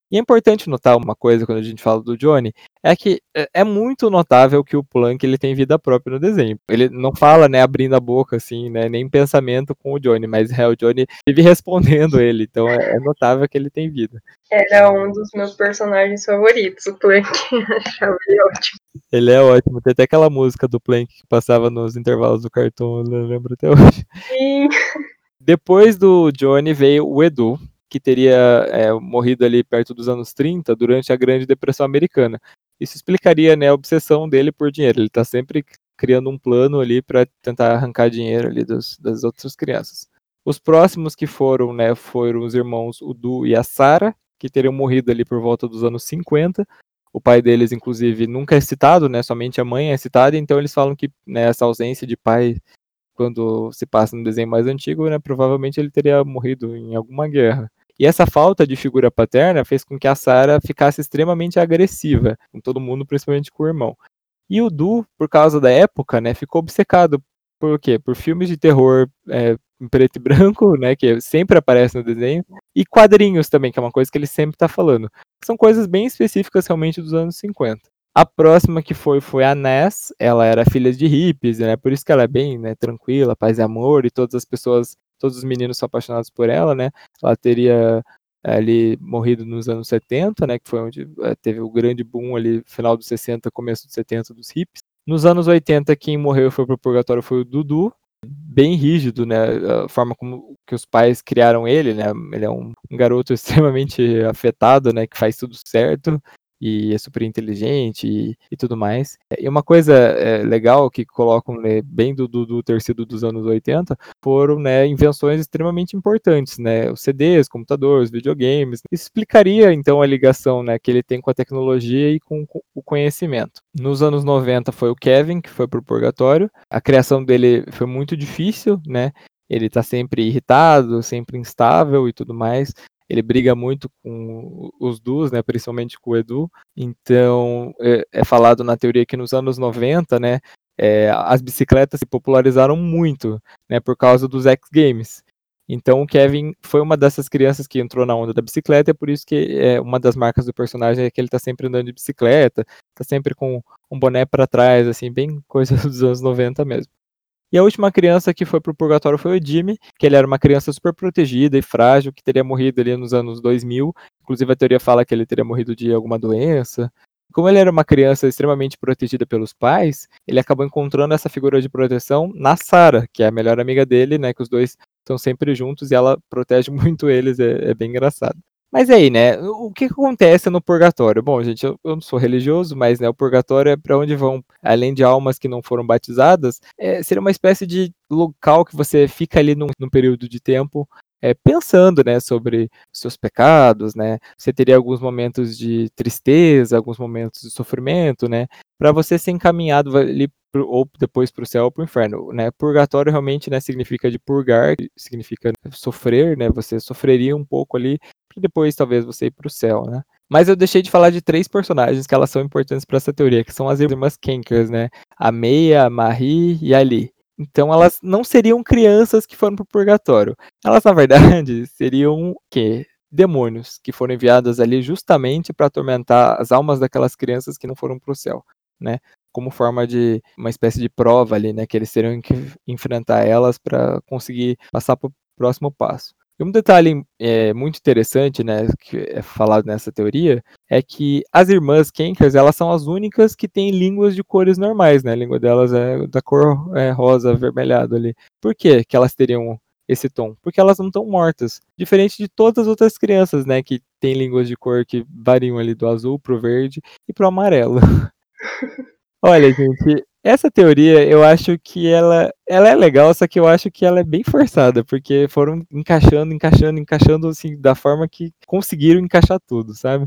E é importante notar uma coisa quando a gente fala do Johnny, é que é muito notável que o Plunk ele tem vida própria no desenho. Ele não fala, né, abrindo a boca, assim, né, nem pensamento com o Johnny, mas o Johnny vive respondendo ele, então é notável que ele tem vida. Era um dos meus personagens favoritos, o Plank. Achava ele ótimo. Ele é ótimo, tem até aquela música do Plank que passava nos intervalos do cartoon, eu lembro até hoje. Sim. Depois do Johnny veio o Edu, que teria morrido ali perto dos anos 30, durante a Grande Depressão Americana. Isso explicaria, né, a obsessão dele por dinheiro. Ele está sempre criando um plano ali para tentar arrancar dinheiro ali das outras crianças. Os próximos que foram, né, foram os irmãos Udu e a Sarah, que teriam morrido ali por volta dos anos 50. O pai deles, inclusive, nunca é citado, né, somente a mãe é citada, então eles falam que, né, essa ausência de pai quando se passa no desenho mais antigo, né, provavelmente ele teria morrido em alguma guerra. E essa falta de figura paterna fez com que a Sarah ficasse extremamente agressiva com todo mundo, principalmente com o irmão. E o Du, por causa da época, né, ficou obcecado por quê? Por filmes de terror em preto e branco, né, que sempre aparece no desenho, e quadrinhos também, que é uma coisa que ele sempre está falando. São coisas bem específicas realmente dos anos 50. A próxima que foi a Ness, ela era filha de hippies, né, por isso que ela é bem, né, tranquila, paz e amor, e todas as pessoas, todos os meninos são apaixonados por ela, né, ela teria ali morrido nos anos 70, né, que foi onde teve o grande boom ali, final dos 60, começo dos 70 dos hippies. Nos anos 80, quem morreu e foi pro purgatório foi o Dudu, bem rígido, né, a forma como que os pais criaram ele, né, ele é um garoto extremamente afetado, né, que faz tudo certo, e é super inteligente e tudo mais. E uma coisa legal que colocam, né, bem do ter sido dos anos 80 foram, né, invenções extremamente importantes, né, os CDs, computadores, videogames. Isso explicaria então a ligação, né, que ele tem com a tecnologia e com o conhecimento. Nos anos 90 foi o Kevin que foi pro purgatório. A criação dele foi muito difícil, né? Ele tá sempre irritado, sempre instável e tudo mais. Ele briga muito com os Dus, né, principalmente com o Edu. Então, é falado na teoria que nos anos 90, né, as bicicletas se popularizaram muito, né, por causa dos X Games. Então, o Kevin foi uma dessas crianças que entrou na onda da bicicleta, e é por isso que uma das marcas do personagem é que ele tá sempre andando de bicicleta, tá sempre com um boné para trás, assim, bem coisa dos anos 90 mesmo. E a última criança que foi pro purgatório foi o Jimmy, que ele era uma criança super protegida e frágil, que teria morrido ali nos anos 2000. Inclusive a teoria fala que ele teria morrido de alguma doença. Como ele era uma criança extremamente protegida pelos pais, ele acabou encontrando essa figura de proteção na Sarah, que é a melhor amiga dele, né, que os dois estão sempre juntos e ela protege muito eles, é bem engraçado. Mas aí, né, o que acontece no purgatório? Bom, gente, eu não sou religioso, mas, né, o purgatório é para onde vão, além de almas que não foram batizadas, seria uma espécie de local que você fica ali num período de tempo pensando, né, sobre os seus pecados, né, você teria alguns momentos de tristeza, alguns momentos de sofrimento, né, para você ser encaminhado ali ou depois para o céu ou para o inferno, né, purgatório realmente, né, significa de purgar, significa sofrer, né, você sofreria um pouco ali, para depois talvez você ir para o céu, né. Mas eu deixei de falar de 3 personagens que elas são importantes para essa teoria, que são as irmãs Kenkers, né, a Meia, a Marie e a Lee. Então elas não seriam crianças que foram para o purgatório. Elas, na verdade, seriam o quê? Demônios, que foram enviadas ali justamente para atormentar as almas daquelas crianças que não foram para o céu, né? Como forma de uma espécie de prova ali, né? Que eles teriam que enfrentar elas para conseguir passar para o próximo passo. E um detalhe muito interessante, né, que é falado nessa teoria, é que as irmãs Kenkers, elas são as únicas que têm línguas de cores normais, né? A língua delas é da cor rosa, avermelhado ali. Por que que elas teriam esse tom? Porque elas não estão mortas. Diferente de todas as outras crianças, né, que têm línguas de cor que variam ali do azul pro verde e pro amarelo. Olha, gente, essa teoria eu acho que ela é legal, só que eu acho que ela é bem forçada, porque foram encaixando, encaixando, encaixando, assim, da forma que conseguiram encaixar tudo, sabe?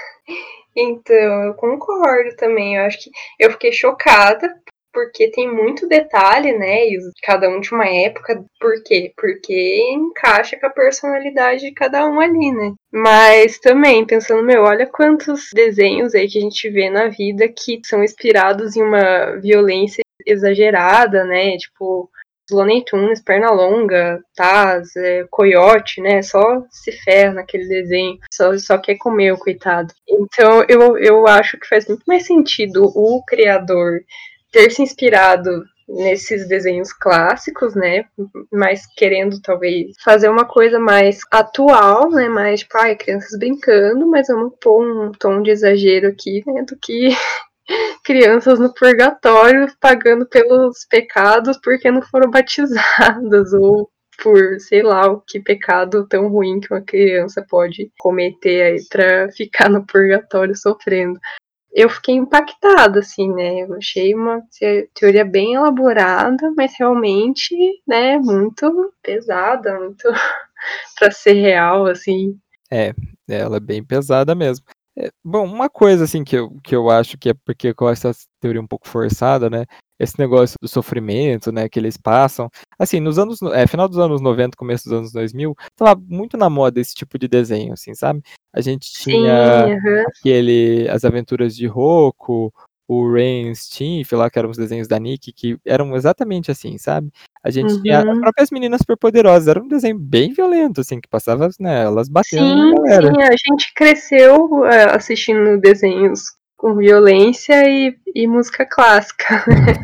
Então, eu concordo também. Eu acho que eu fiquei chocada porque tem muito detalhe, né? E cada um de uma época. Por quê? Porque encaixa com a personalidade de cada um ali, né? Mas também, pensando, meu, olha quantos desenhos aí que a gente vê na vida que são inspirados em uma violência exagerada, né? Tipo, Looney Tunes, Pernalonga, Taz, Coyote, né? Só se ferra naquele desenho, só quer comer o coitado. Então eu acho que faz muito mais sentido o criador ter se inspirado nesses desenhos clássicos, né? Mas querendo talvez fazer uma coisa mais atual, né? Mais tipo, crianças brincando, mas vamos pôr um tom de exagero aqui, né? Do que crianças no purgatório pagando pelos pecados porque não foram batizadas, ou por sei lá o que pecado tão ruim que uma criança pode cometer aí pra ficar no purgatório sofrendo. Eu fiquei impactada, assim, né? Eu achei uma teoria bem elaborada, mas realmente, né, muito pesada, muito pra ser real, assim. Ela é bem pesada mesmo. Bom, uma coisa assim que eu acho que é porque eu acho essa teoria um pouco forçada, né? Esse negócio do sofrimento, né, que eles passam. Assim, final dos anos 90, começo dos anos 2000, tava muito na moda esse tipo de desenho, assim, sabe? A gente tinha Sim, As Aventuras de Rocco, o Ren e Stimpy lá, que eram os desenhos da Nick, que eram exatamente assim, sabe? A gente tinha as uhum. próprias Meninas Superpoderosas, era um desenho bem violento, assim, que passava, né, elas batendo na Sim, galera. sim, a gente cresceu assistindo desenhos com violência e música clássica.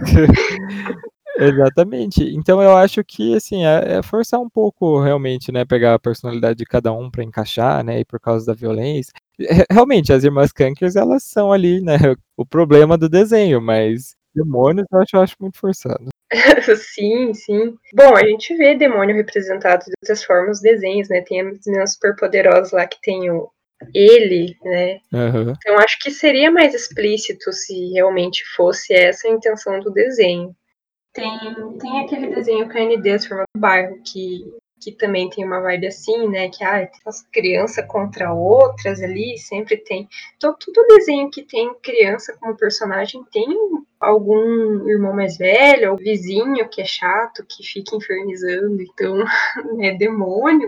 Exatamente. Então eu acho que, assim, é forçar um pouco, realmente, né, pegar a personalidade de cada um pra encaixar, né, e por causa da violência. Realmente, as irmãs Kankers, elas são ali, né, o problema do desenho, mas demônios eu acho muito forçado. Sim, sim. Bom, a gente vê demônio representado de outras formas nos desenhos, né? Tem as meninas superpoderosas lá que tem ele, né? Aham. Então acho que seria mais explícito se realmente fosse essa a intenção do desenho. Tem aquele desenho KND, As Formas do Bairro, que também tem uma vibe assim, né? Que tem as crianças contra outras ali, sempre tem. Então, todo desenho que tem criança como personagem tem algum irmão mais velho, ou vizinho que é chato, que fica infernizando. Então, é demônio,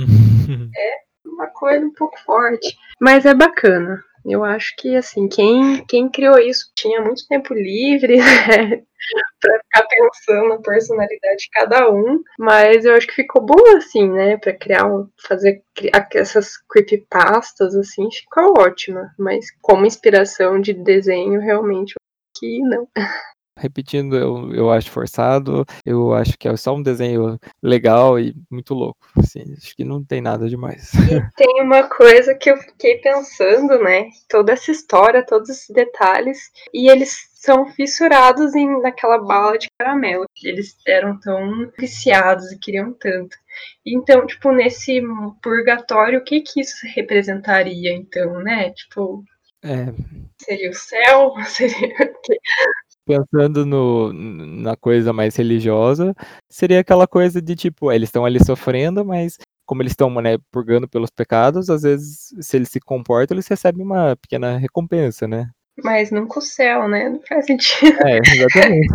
uma coisa um pouco forte. Mas é bacana. Eu acho que, assim, quem criou isso tinha muito tempo livre, né? Pra ficar pensando na personalidade de cada um, mas eu acho que ficou boa assim, né, pra fazer essas creepypastas assim, ficou ótima, mas como inspiração de desenho realmente que não. Repetindo, eu acho forçado, eu acho que é só um desenho legal e muito louco, assim, acho que não tem nada demais. E tem uma coisa que eu fiquei pensando, né? Toda essa história, todos esses detalhes, e eles são fissurados naquela bala de caramelo, que eles eram tão viciados e queriam tanto. Então, tipo, nesse purgatório, o que isso representaria, então, né? Tipo, É, seria o céu? Seria o quê? pensando na coisa mais religiosa, seria aquela coisa de tipo, eles estão ali sofrendo, mas como eles estão, né, purgando pelos pecados, às vezes, se eles se comportam, eles recebem uma pequena recompensa, né? Mas nunca o céu, né? Não faz sentido. Exatamente.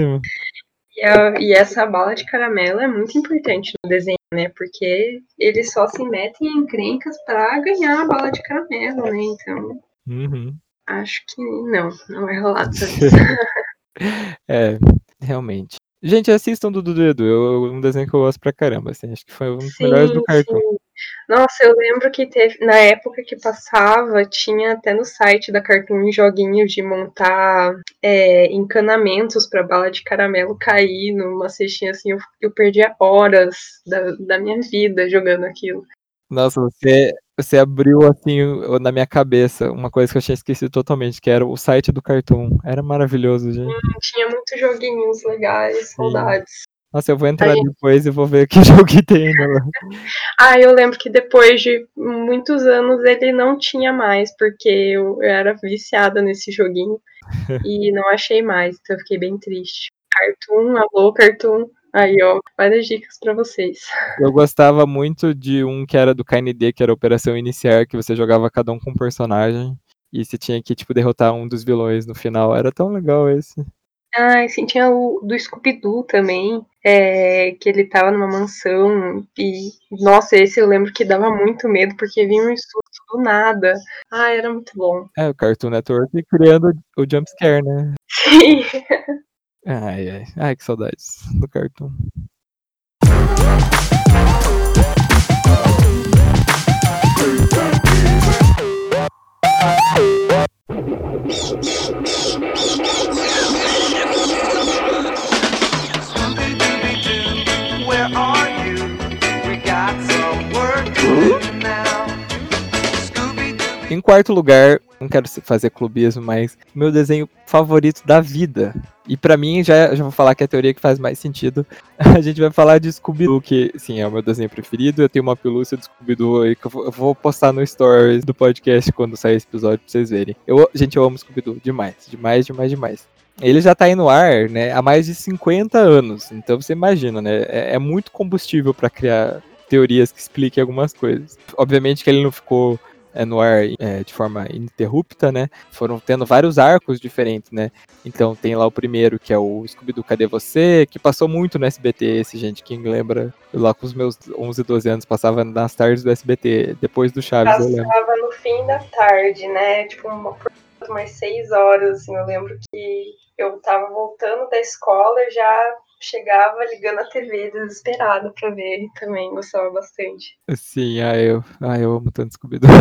E essa bala de caramelo é muito importante no desenho, né? Porque eles só se metem em encrencas pra ganhar a bala de caramelo, né? Então, Uhum. acho que não vai rolar dessa vez. É, realmente. Gente, assistam do Dudu e Edu, um desenho que eu gosto pra caramba, assim, acho que foi um dos melhores do Sim, Cartoon. sim. Nossa, eu lembro que teve, na época que passava, tinha até no site da Cartoon joguinhos de montar encanamentos pra bala de caramelo cair numa cestinha assim. Eu perdia horas da minha vida jogando aquilo. Nossa, você abriu, assim, na minha cabeça uma coisa que eu tinha esquecido totalmente, que era o site do Cartoon. Era maravilhoso, gente. Tinha muitos joguinhos legais, Sim. saudades. Nossa, eu vou A entrar gente depois e vou ver que jogo que tem ainda lá. Eu lembro que depois de muitos anos ele não tinha mais, porque eu era viciada nesse joguinho e não achei mais, então eu fiquei bem triste. Cartoon, alô, Cartoon. Aí, ó, várias dicas pra vocês. Eu gostava muito de um que era do KND, que era Operação Iniciar, que você jogava cada um com um personagem. E você tinha que, tipo, derrotar um dos vilões no final. Era tão legal esse. Sim, tinha o do Scooby-Doo também, que ele tava numa mansão e, nossa, esse eu lembro que dava muito medo, porque vinha um susto do nada. Era muito bom. O Cartoon Network criando o jumpscare, né? Sim. Ai, que saudades do cartoon. Em quarto lugar, não quero fazer clubismo, mas meu desenho favorito da vida. E pra mim, já vou falar que é a teoria que faz mais sentido. A gente vai falar de Scooby-Doo, que sim, é o meu desenho preferido. Eu tenho uma pelúcia de Scooby-Doo aí que eu vou postar no stories do podcast quando sair esse episódio pra vocês verem. Gente, eu amo Scooby-Doo demais, demais, demais, demais. Ele já tá aí no ar, né, há mais de 50 anos. Então você imagina, né? É muito combustível pra criar teorias que expliquem algumas coisas. Obviamente que ele não ficou no ar de forma ininterrupta, né? Foram tendo vários arcos diferentes, né? Então tem lá o primeiro, que é o Scooby-Doo Cadê Você? Que passou muito no SBT, esse gente, quem lembra? Eu lá com os meus 11, 12 anos, passava nas tardes do SBT, depois do Chaves, eu lembro. Passava no fim da tarde, né? Tipo, umas 6 horas, assim. Eu lembro que eu tava voltando da escola e já chegava ligando a TV desesperada pra ver. Também gostava bastante. Sim, eu amo tanto Scooby-Doo.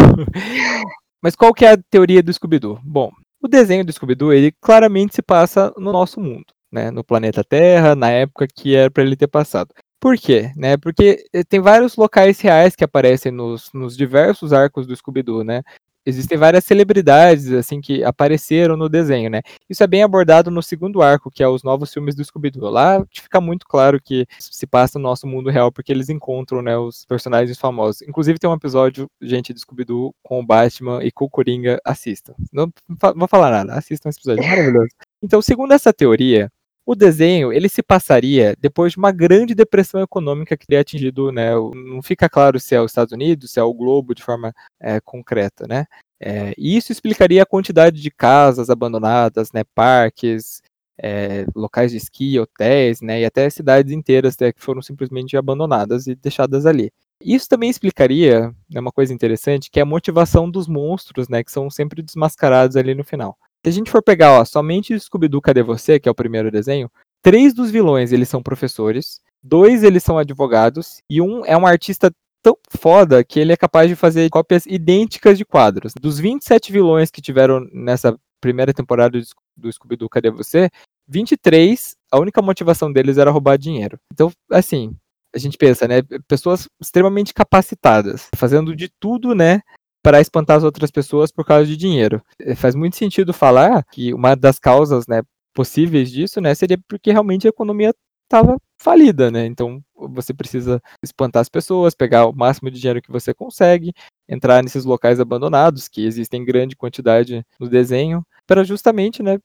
Mas qual que é a teoria do Scooby-Doo? Bom, o desenho do Scooby-Doo, ele claramente se passa no nosso mundo, né? No planeta Terra, na época que era para ele ter passado. Por quê? Né? Porque tem vários locais reais que aparecem nos diversos arcos do Scooby-Doo, né? Existem várias celebridades assim que apareceram no desenho, né? Isso é bem abordado no segundo arco, que é os novos filmes do Scooby-Doo. Lá fica muito claro que se passa no nosso mundo real, porque eles encontram, né, os personagens famosos. Inclusive tem um episódio, gente, de Scooby-Doo com o Batman e com o Coringa. Assistam. Não vou falar nada, assistam esse episódio, é maravilhoso. Então, segundo essa teoria, o desenho, ele se passaria depois de uma grande depressão econômica que teria atingido, né, não fica claro se é os Estados Unidos, se é o globo de forma concreta, né, e isso explicaria a quantidade de casas abandonadas, né, parques, locais de esqui, hotéis, né, e até cidades inteiras, né, que foram simplesmente abandonadas e deixadas ali. Isso também explicaria, né, uma coisa interessante, que é a motivação dos monstros, né, que são sempre desmascarados ali no final. Se a gente for pegar, somente Scooby-Doo Cadê Você, que é o primeiro desenho, 3 dos vilões eles são professores, 2 eles são advogados, e um é um artista tão foda que ele é capaz de fazer cópias idênticas de quadros. Dos 27 vilões que tiveram nessa primeira temporada do Scooby-Doo Cadê Você, 23, a única motivação deles era roubar dinheiro. Então, assim, a gente pensa, né, pessoas extremamente capacitadas, fazendo de tudo, né, para espantar as outras pessoas por causa de dinheiro. Faz muito sentido falar que uma das causas, né, possíveis disso, né, seria porque realmente a economia estava falida, né? Então você precisa espantar as pessoas, pegar o máximo de dinheiro que você consegue, entrar nesses locais abandonados que existem em grande quantidade no desenho, para justamente, né,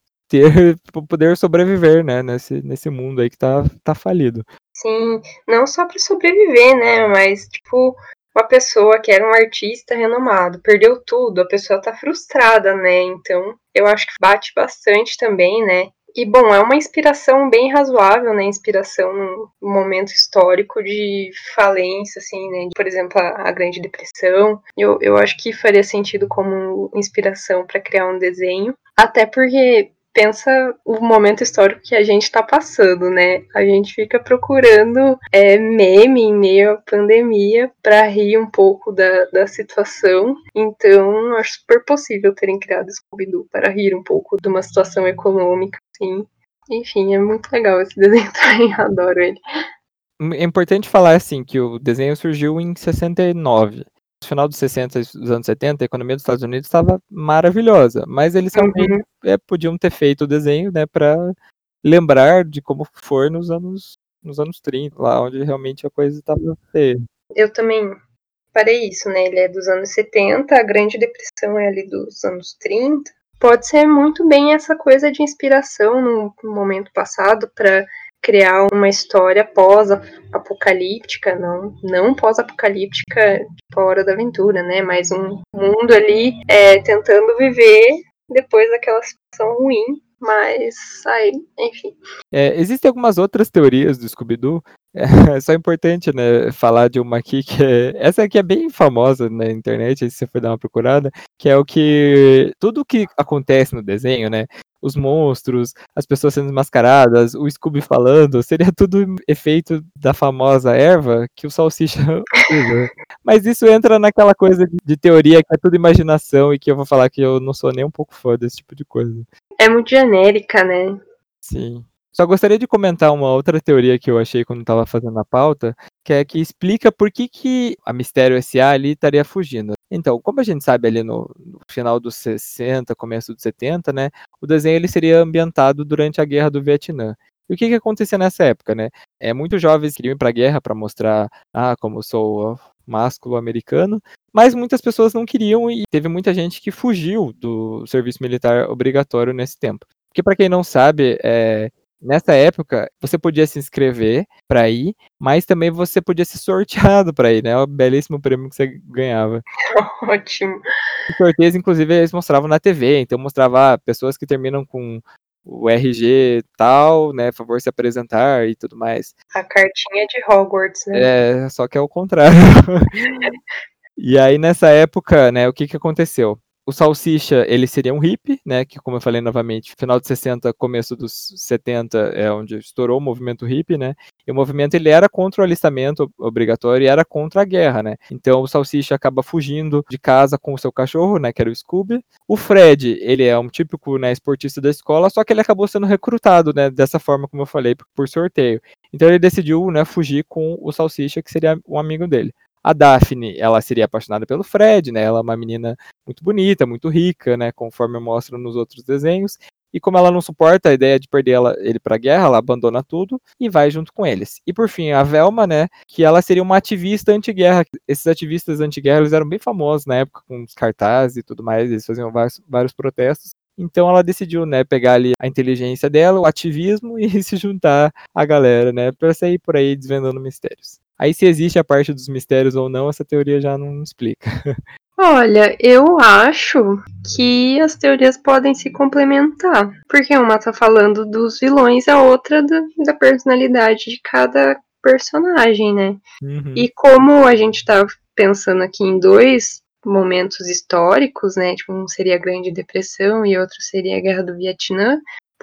poder sobreviver, né, nesse mundo aí que tá falido. Sim, não só para sobreviver, né, mas tipo uma pessoa que era um artista renomado, perdeu tudo, a pessoa tá frustrada, né? Então, eu acho que bate bastante também, né? E, bom, é uma inspiração bem razoável, né? Inspiração num momento histórico de falência, assim, né? Por exemplo, a Grande Depressão. Eu acho que faria sentido como inspiração para criar um desenho. Até porque pensa o momento histórico que a gente tá passando, né? A gente fica procurando meme em meio à pandemia para rir um pouco da situação. Então, acho super possível terem criado Scooby-Doo para rir um pouco de uma situação econômica, assim. Enfim, é muito legal esse desenho também, adoro ele. É importante falar, assim, que o desenho surgiu em 69. No final dos 60 e dos anos 70, a economia dos Estados Unidos estava maravilhosa, mas eles realmente podiam ter feito o desenho, né, para lembrar de como foi nos anos 30, lá onde realmente a coisa estava feia. Eu também parei isso, né? Ele é dos anos 70, a Grande Depressão é ali dos anos 30. Pode ser muito bem essa coisa de inspiração no momento passado para criar uma história pós-apocalíptica, não pós-apocalíptica tipo a Hora da Aventura, né? Mas um mundo ali tentando viver depois daquela situação ruim. Mas, enfim. Existem algumas outras teorias do Scooby-Doo É só importante, né, falar de uma aqui que essa aqui é bem famosa na internet, aí se você for dar uma procurada, que é o que tudo que acontece no desenho, né, os monstros, as pessoas sendo mascaradas, o Scooby falando, seria tudo efeito da famosa erva que o Salsicha usa. Mas isso entra naquela coisa de teoria que é tudo imaginação e que eu vou falar que eu não sou nem um pouco fã desse tipo de coisa. É muito genérica, né? Sim. Só gostaria de comentar uma outra teoria que eu achei quando estava fazendo a pauta, que é que explica por que a Mistério S.A. ali estaria fugindo. Então, como a gente sabe ali no final dos 60, começo dos 70, né, o desenho ele seria ambientado durante a Guerra do Vietnã. E o que acontecia nessa época, né? Muitos jovens queriam ir para a guerra para mostrar, como eu sou másculo americano, mas muitas pessoas não queriam e teve muita gente que fugiu do serviço militar obrigatório nesse tempo. Porque para quem não sabe, nessa época, você podia se inscrever para ir, mas também você podia ser sorteado para ir, né? É um belíssimo prêmio que você ganhava. Ótimo. Os sorteios, inclusive, eles mostravam na TV, então mostrava pessoas que terminam com o RG tal, né? Favor se apresentar e tudo mais. A cartinha de Hogwarts, né? Só que é o contrário. E aí, nessa época, né, o que aconteceu? O Salsicha, ele seria um hippie, né, que como eu falei novamente, final de 60, começo dos 70 é onde estourou o movimento hippie, né, e o movimento ele era contra o alistamento obrigatório e era contra a guerra, né, então o Salsicha acaba fugindo de casa com o seu cachorro, né, que era o Scooby. O Fred, ele é um típico, né, esportista da escola, só que ele acabou sendo recrutado, né, dessa forma como eu falei, por sorteio. Então ele decidiu, né, fugir com o Salsicha, que seria um amigo dele. A Daphne, ela seria apaixonada pelo Fred, né? Ela é uma menina muito bonita, muito rica, né? Conforme mostra nos outros desenhos. E como ela não suporta a ideia de perder ele pra guerra, ela abandona tudo e vai junto com eles. E por fim, a Velma, né? Que ela seria uma ativista anti-guerra. Esses ativistas anti-guerra, eles eram bem famosos na época, com os cartazes e tudo mais. Eles faziam vários protestos. Então ela decidiu, né, pegar ali a inteligência dela, o ativismo e se juntar à galera, né, para sair por aí desvendando mistérios. Aí se existe a parte dos mistérios ou não, essa teoria já não explica. Olha, eu acho que as teorias podem se complementar. Porque uma tá falando dos vilões, a outra da personalidade de cada personagem, né? Uhum. E como a gente tá pensando aqui em dois momentos históricos, né? Tipo, um seria a Grande Depressão e outro seria a Guerra do Vietnã.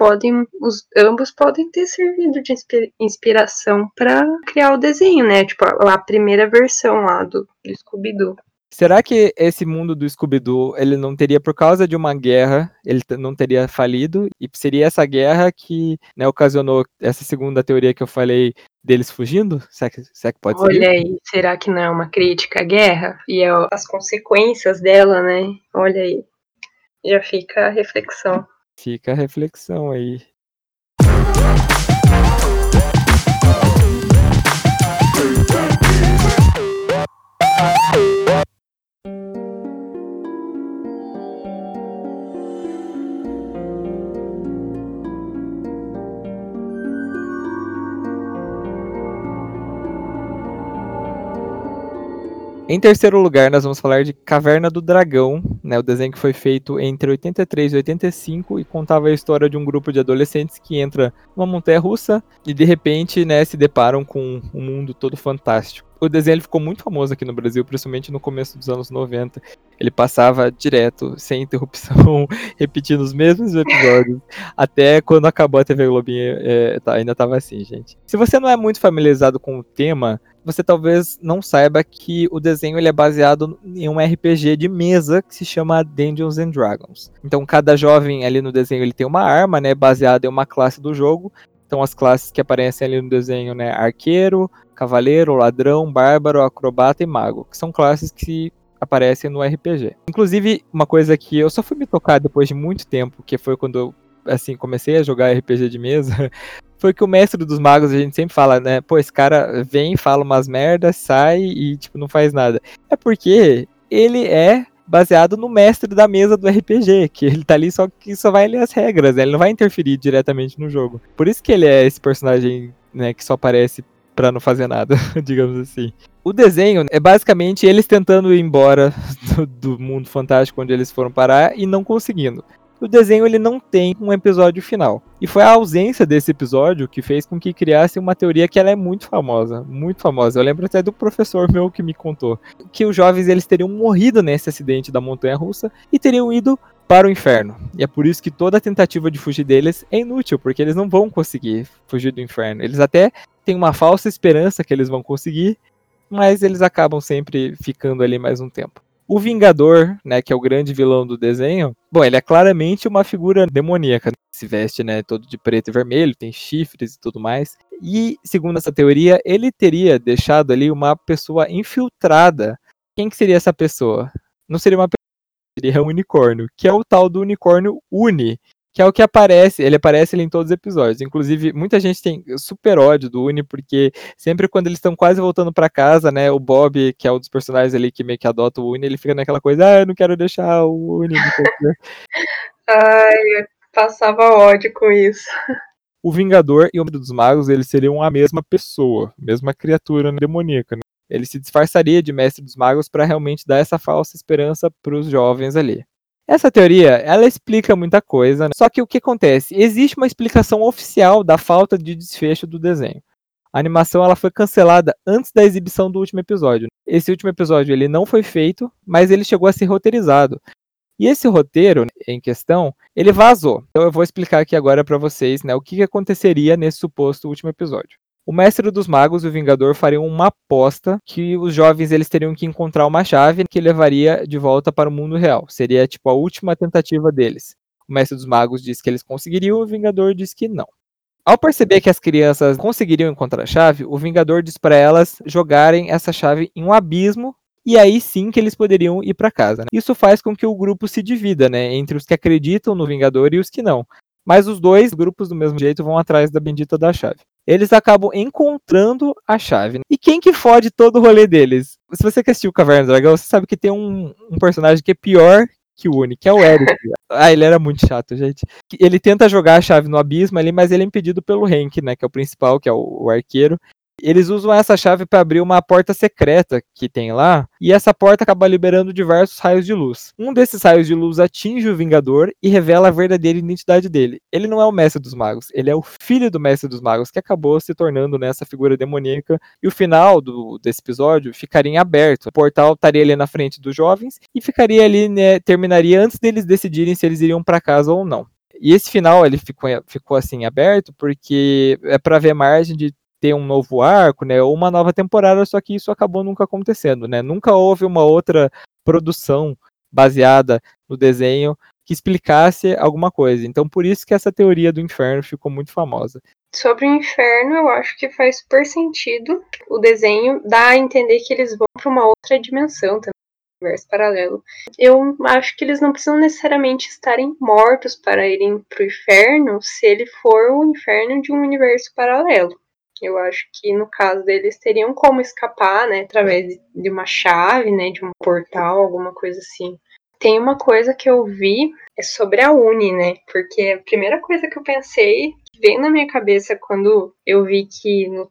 Ambos podem ter servido de inspiração para criar o desenho, né? Tipo, a primeira versão lá do Scooby-Doo. Será que esse mundo do Scooby-Doo, ele não teria, por causa de uma guerra, ele não teria falido? E seria essa guerra que, né, ocasionou essa segunda teoria que eu falei deles fugindo? Será que pode ser? Olha aí, será que não é uma crítica à guerra? E as consequências dela, né? Olha aí, já fica a reflexão. Fica a reflexão aí. Em terceiro lugar, nós vamos falar de Caverna do Dragão, né, o desenho que foi feito entre 83 e 85 e contava a história de um grupo de adolescentes que entra numa montanha-russa e de repente, né, se deparam com um mundo todo fantástico. O desenho ele ficou muito famoso aqui no Brasil, principalmente no começo dos anos 90. Ele passava direto, sem interrupção, repetindo os mesmos episódios, até quando acabou a TV Globinho, ainda estava assim, gente. Se você não é muito familiarizado com o tema, você talvez não saiba que o desenho ele é baseado em um RPG de mesa que se chama Dungeons and Dragons. Então cada jovem ali no desenho ele tem uma arma, né, baseada em uma classe do jogo. Então as classes que aparecem ali no desenho, né, arqueiro, cavaleiro, ladrão, bárbaro, acrobata e mago, que são classes que aparecem no RPG. Inclusive, uma coisa que eu só fui me tocar depois de muito tempo, que foi quando eu assim, comecei a jogar RPG de mesa, foi que o mestre dos magos, a gente sempre fala, né, pô, esse cara vem, fala umas merdas, sai e, tipo, não faz nada. É porque ele é baseado no mestre da mesa do RPG, que ele tá ali só vai ler as regras, né? Ele não vai interferir diretamente no jogo. Por isso que ele é esse personagem, né, que só aparece pra não fazer nada, digamos assim. O desenho é basicamente eles tentando ir embora do mundo fantástico onde eles foram parar e não conseguindo. o desenho ele não tem um episódio final. E foi a ausência desse episódio que fez com que criasse uma teoria que ela é muito famosa, muito famosa. Eu lembro até do professor meu que me contou que os jovens eles teriam morrido nesse acidente da montanha-russa e teriam ido para o inferno. E é por isso que toda tentativa de fugir deles é inútil, porque eles não vão conseguir fugir do inferno. Eles até têm uma falsa esperança que eles vão conseguir, mas eles acabam sempre ficando ali mais um tempo. O Vingador, né, que é o grande vilão do desenho, bom, ele é claramente uma figura demoníaca. Se veste, né, todo de preto e vermelho, tem chifres e tudo mais. E, segundo essa teoria, ele teria deixado ali uma pessoa infiltrada. Quem que seria essa pessoa? Não seria uma pessoa, seria um unicórnio, que é o tal do unicórnio Uni, que é o que aparece, ele aparece ali em todos os episódios. Inclusive, muita gente tem super ódio do Uni, porque sempre quando eles estão quase voltando pra casa, né, o Bob, que é um dos personagens ali que meio que adota o Uni, ele fica naquela coisa, eu não quero deixar o Uni, não sei o quê. Ai, eu passava ódio com isso. O Vingador e o Mestre dos Magos, eles seriam a mesma pessoa, a mesma criatura demoníaca, né? Ele se disfarçaria de Mestre dos Magos para realmente dar essa falsa esperança para os jovens ali. Essa teoria, ela explica muita coisa, né? Só que o que acontece? Existe uma explicação oficial da falta de desfecho do desenho. A animação ela foi cancelada antes da exibição do último episódio. Esse último episódio ele não foi feito, mas ele chegou a ser roteirizado. E esse roteiro em questão, ele vazou. Então eu vou explicar aqui agora para vocês, né, o que aconteceria nesse suposto último episódio. O Mestre dos Magos e o Vingador fariam uma aposta que os jovens eles teriam que encontrar uma chave que levaria de volta para o mundo real. Seria tipo a última tentativa deles. O Mestre dos Magos disse que eles conseguiriam, o Vingador disse que não. Ao perceber que as crianças conseguiriam encontrar a chave, o Vingador diz para elas jogarem essa chave em um abismo e aí sim que eles poderiam ir para casa. Né? Isso faz com que o grupo se divida, né, entre os que acreditam no Vingador e os que não. Mas os dois grupos do mesmo jeito vão atrás da bendita da chave. Eles acabam encontrando a chave. Né? E quem que fode todo o rolê deles? Se você quer assistir o Caverna do Dragão, você sabe que tem um personagem que é pior que o Uni, que é o Eric. Ele era muito chato, gente. Ele tenta jogar a chave no abismo ali, mas ele é impedido pelo Hank, né, que é o principal, que é o arqueiro. Eles usam essa chave para abrir uma porta secreta que tem lá, e essa porta acaba liberando diversos raios de luz. Um desses raios de luz atinge o Vingador e revela a verdadeira identidade dele. Ele não é o Mestre dos Magos, ele é o filho do Mestre dos Magos, que acabou se tornando nessa figura demoníaca. E o final desse episódio ficaria em aberto. O portal estaria ali na frente dos jovens e ficaria ali, né, terminaria antes deles decidirem se eles iriam para casa ou não. E esse final ele ficou assim aberto porque é para ver margem de ter um novo arco, né, ou uma nova temporada, só que isso acabou nunca acontecendo, né? Nunca houve uma outra produção baseada no desenho que explicasse alguma coisa. Então, por isso que essa teoria do inferno ficou muito famosa. Sobre o inferno, eu acho que faz super sentido. O desenho dá a entender que eles vão para uma outra dimensão também, universo paralelo. Eu acho que eles não precisam necessariamente estarem mortos para irem para o inferno se ele for o inferno de um universo paralelo. Eu acho que no caso deles teriam como escapar, né, através de uma chave, né, de um portal, alguma coisa assim. Tem uma coisa que eu vi é sobre a Uni, né, porque a primeira coisa que eu pensei, que veio na minha cabeça quando eu vi que no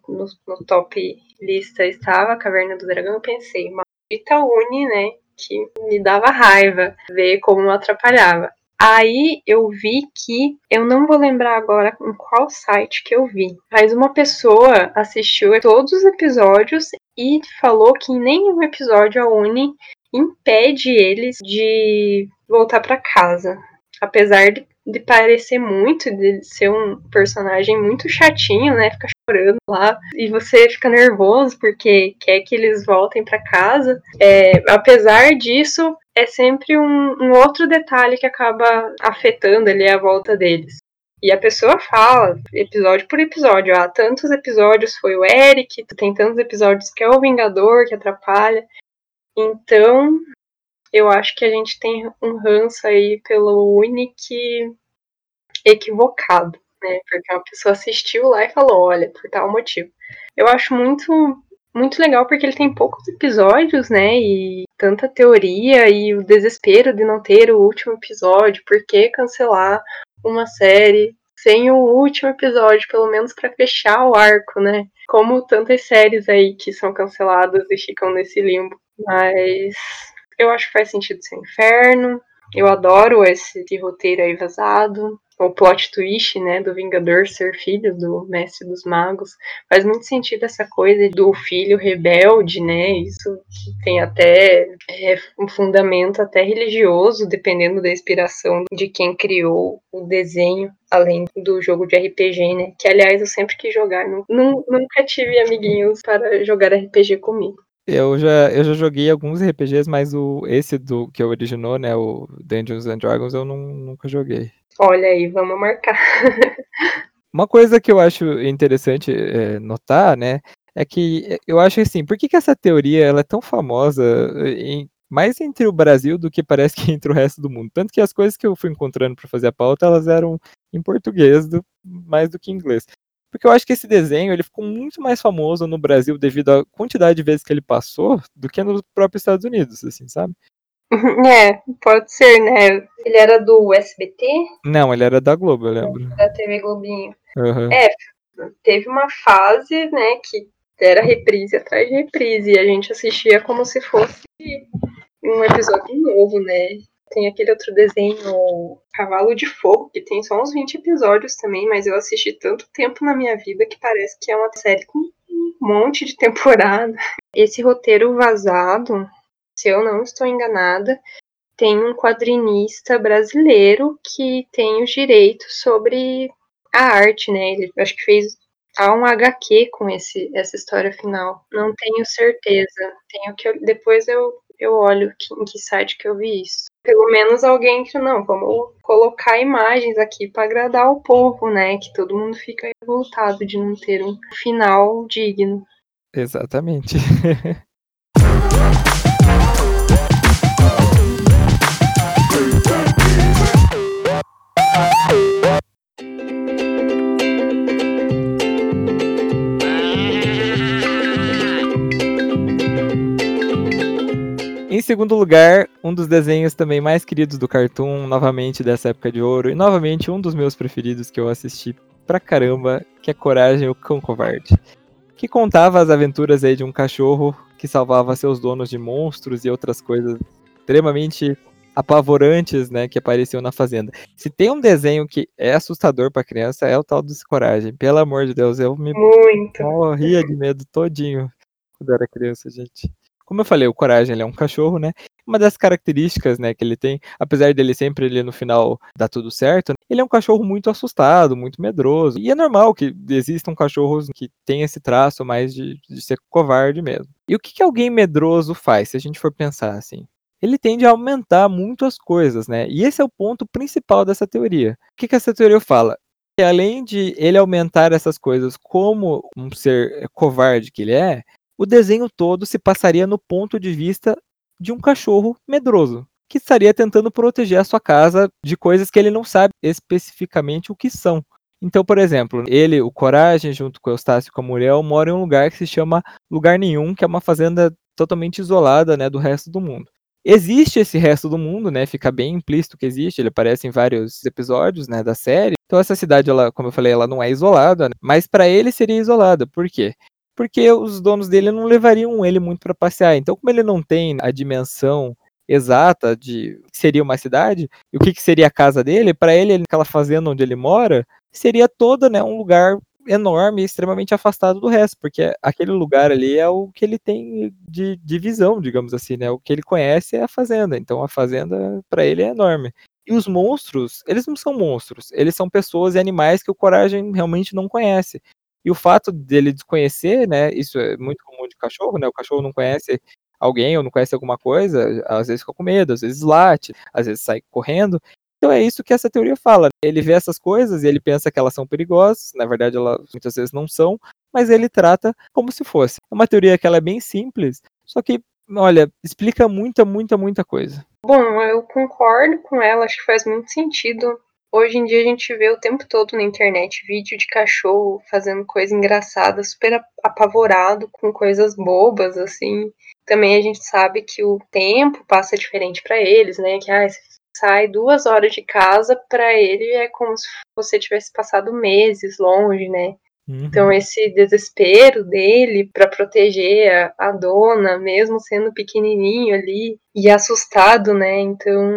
top lista estava a Caverna do Dragão, eu pensei, maldita Uni, né, que me dava raiva ver como eu atrapalhava. Aí eu vi que, eu não vou lembrar agora em qual site que eu vi, mas uma pessoa assistiu todos os episódios e falou que em nenhum episódio a Uni impede eles de voltar para casa. Apesar de parecer muito, de ser um personagem muito chatinho, né? Fica chorando lá e você fica nervoso porque quer que eles voltem para casa. Apesar disso, é sempre um outro detalhe que acaba afetando ali a volta deles. E a pessoa fala, episódio por episódio, tantos episódios foi o Eric, tem tantos episódios que é o Vingador que atrapalha. Então, eu acho que a gente tem um ranço aí pelo Unique equivocado, né? Porque uma pessoa assistiu lá e falou, olha, por tal motivo. Eu acho muito legal porque ele tem poucos episódios, né? E tanta teoria e o desespero de não ter o último episódio. Por que cancelar uma série sem o último episódio, pelo menos para fechar o arco, né? Como tantas séries aí que são canceladas e ficam nesse limbo. Mas eu acho que faz sentido ser um inferno. Eu adoro esse roteiro aí vazado. O plot twist, né, do Vingador ser filho do Mestre dos Magos. Faz muito sentido essa coisa do filho rebelde, né? Isso tem até um fundamento até religioso, dependendo da inspiração de quem criou o desenho, além do jogo de RPG, né? Que, aliás, eu sempre quis jogar. Nunca tive amiguinhos para jogar RPG comigo. Eu já joguei alguns RPGs, mas esse do que originou, né, o Dungeons and Dragons, eu nunca joguei. Olha aí, vamos marcar. Uma coisa que eu acho interessante notar, né, é que eu acho assim, por que essa teoria ela é tão famosa mais entre o Brasil do que parece que entre o resto do mundo? Tanto que as coisas que eu fui encontrando para fazer a pauta, elas eram em português mais do que em inglês. Porque eu acho que esse desenho ele ficou muito mais famoso no Brasil devido à quantidade de vezes que ele passou do que nos próprios Estados Unidos, assim, sabe? É, pode ser, né? Ele era do SBT? Não, ele era da Globo, eu lembro. Da TV Globinho. Uhum. É, teve uma fase, né, que era reprise atrás de reprise, e a gente assistia como se fosse um episódio novo, né? Tem aquele outro desenho, Cavalo de Fogo, que tem só uns 20 episódios também, mas eu assisti tanto tempo na minha vida que parece que é uma série com um monte de temporada. Esse roteiro vazado, se eu não estou enganada, tem um quadrinista brasileiro que tem os direitos sobre a arte, né? Ele acho que fez um HQ com essa história final. Não tenho certeza. Depois eu olho em que site que eu vi isso. Pelo menos alguém que não, vamos colocar imagens aqui para agradar o povo, né? Que todo mundo fica revoltado de não ter um final digno. Exatamente. Em segundo lugar, um dos desenhos também mais queridos do Cartoon, novamente dessa época de ouro, e novamente um dos meus preferidos que eu assisti pra caramba, que é Coragem, o Cão Covarde, que contava as aventuras aí de um cachorro que salvava seus donos de monstros e outras coisas extremamente apavorantes, né, que apareciam na fazenda. Se tem um desenho que é assustador pra criança, é o tal desse Coragem. Pelo amor de Deus, eu me Muito. morria de medo todinho quando era criança, gente. Como eu falei, o Coragem ele é um cachorro, né? Uma das características, né, que ele tem, apesar dele sempre ele no final dar tudo certo, ele é um cachorro muito assustado, muito medroso. E é normal que existam cachorros que têm esse traço mais de ser covarde mesmo. E o que alguém medroso faz, se a gente for pensar assim? Ele tende a aumentar muito as coisas, né? E esse é o ponto principal dessa teoria. O que essa teoria fala? Que além de ele aumentar essas coisas como um ser covarde que ele é, o desenho todo se passaria no ponto de vista de um cachorro medroso, que estaria tentando proteger a sua casa de coisas que ele não sabe especificamente o que são. Então, por exemplo, ele, o Coragem, junto com o Eustácio e com a Muriel, moram em um lugar que se chama Lugar Nenhum, que é uma fazenda totalmente isolada, né, do resto do mundo. Existe esse resto do mundo, né, fica bem implícito que existe, ele aparece em vários episódios, né, da série. Então essa cidade, ela, como eu falei, ela não é isolada, né, mas para ele seria isolada. Por quê? Porque os donos dele não levariam ele muito para passear. Então, como ele não tem a dimensão exata de o que seria uma cidade e o que seria a casa dele, para ele, aquela fazenda onde ele mora, seria toda, né, um lugar enorme e extremamente afastado do resto, porque aquele lugar ali é o que ele tem de visão, digamos assim, né? O que ele conhece é a fazenda. Então, a fazenda para ele é enorme. E os monstros, eles não são monstros, eles são pessoas e animais que o Coragem realmente não conhece. E o fato dele desconhecer, né, isso é muito comum de cachorro, né, o cachorro não conhece alguém ou não conhece alguma coisa, às vezes fica com medo, às vezes late, às vezes sai correndo. Então é isso que essa teoria fala. Ele vê essas coisas e ele pensa que elas são perigosas, na verdade elas muitas vezes não são, mas ele trata como se fosse. É uma teoria que ela é bem simples, só que, olha, explica muita coisa. Bom, eu concordo com ela, acho que faz muito sentido. Hoje em dia a gente vê o tempo todo na internet vídeo de cachorro fazendo coisa engraçada, super apavorado com coisas bobas, assim. Também a gente sabe que o tempo passa diferente para eles, né? Que você sai 2 horas de casa, para ele é como se você tivesse passado meses longe, né? Então esse desespero dele para proteger a dona, mesmo sendo pequenininho ali e assustado, né? Então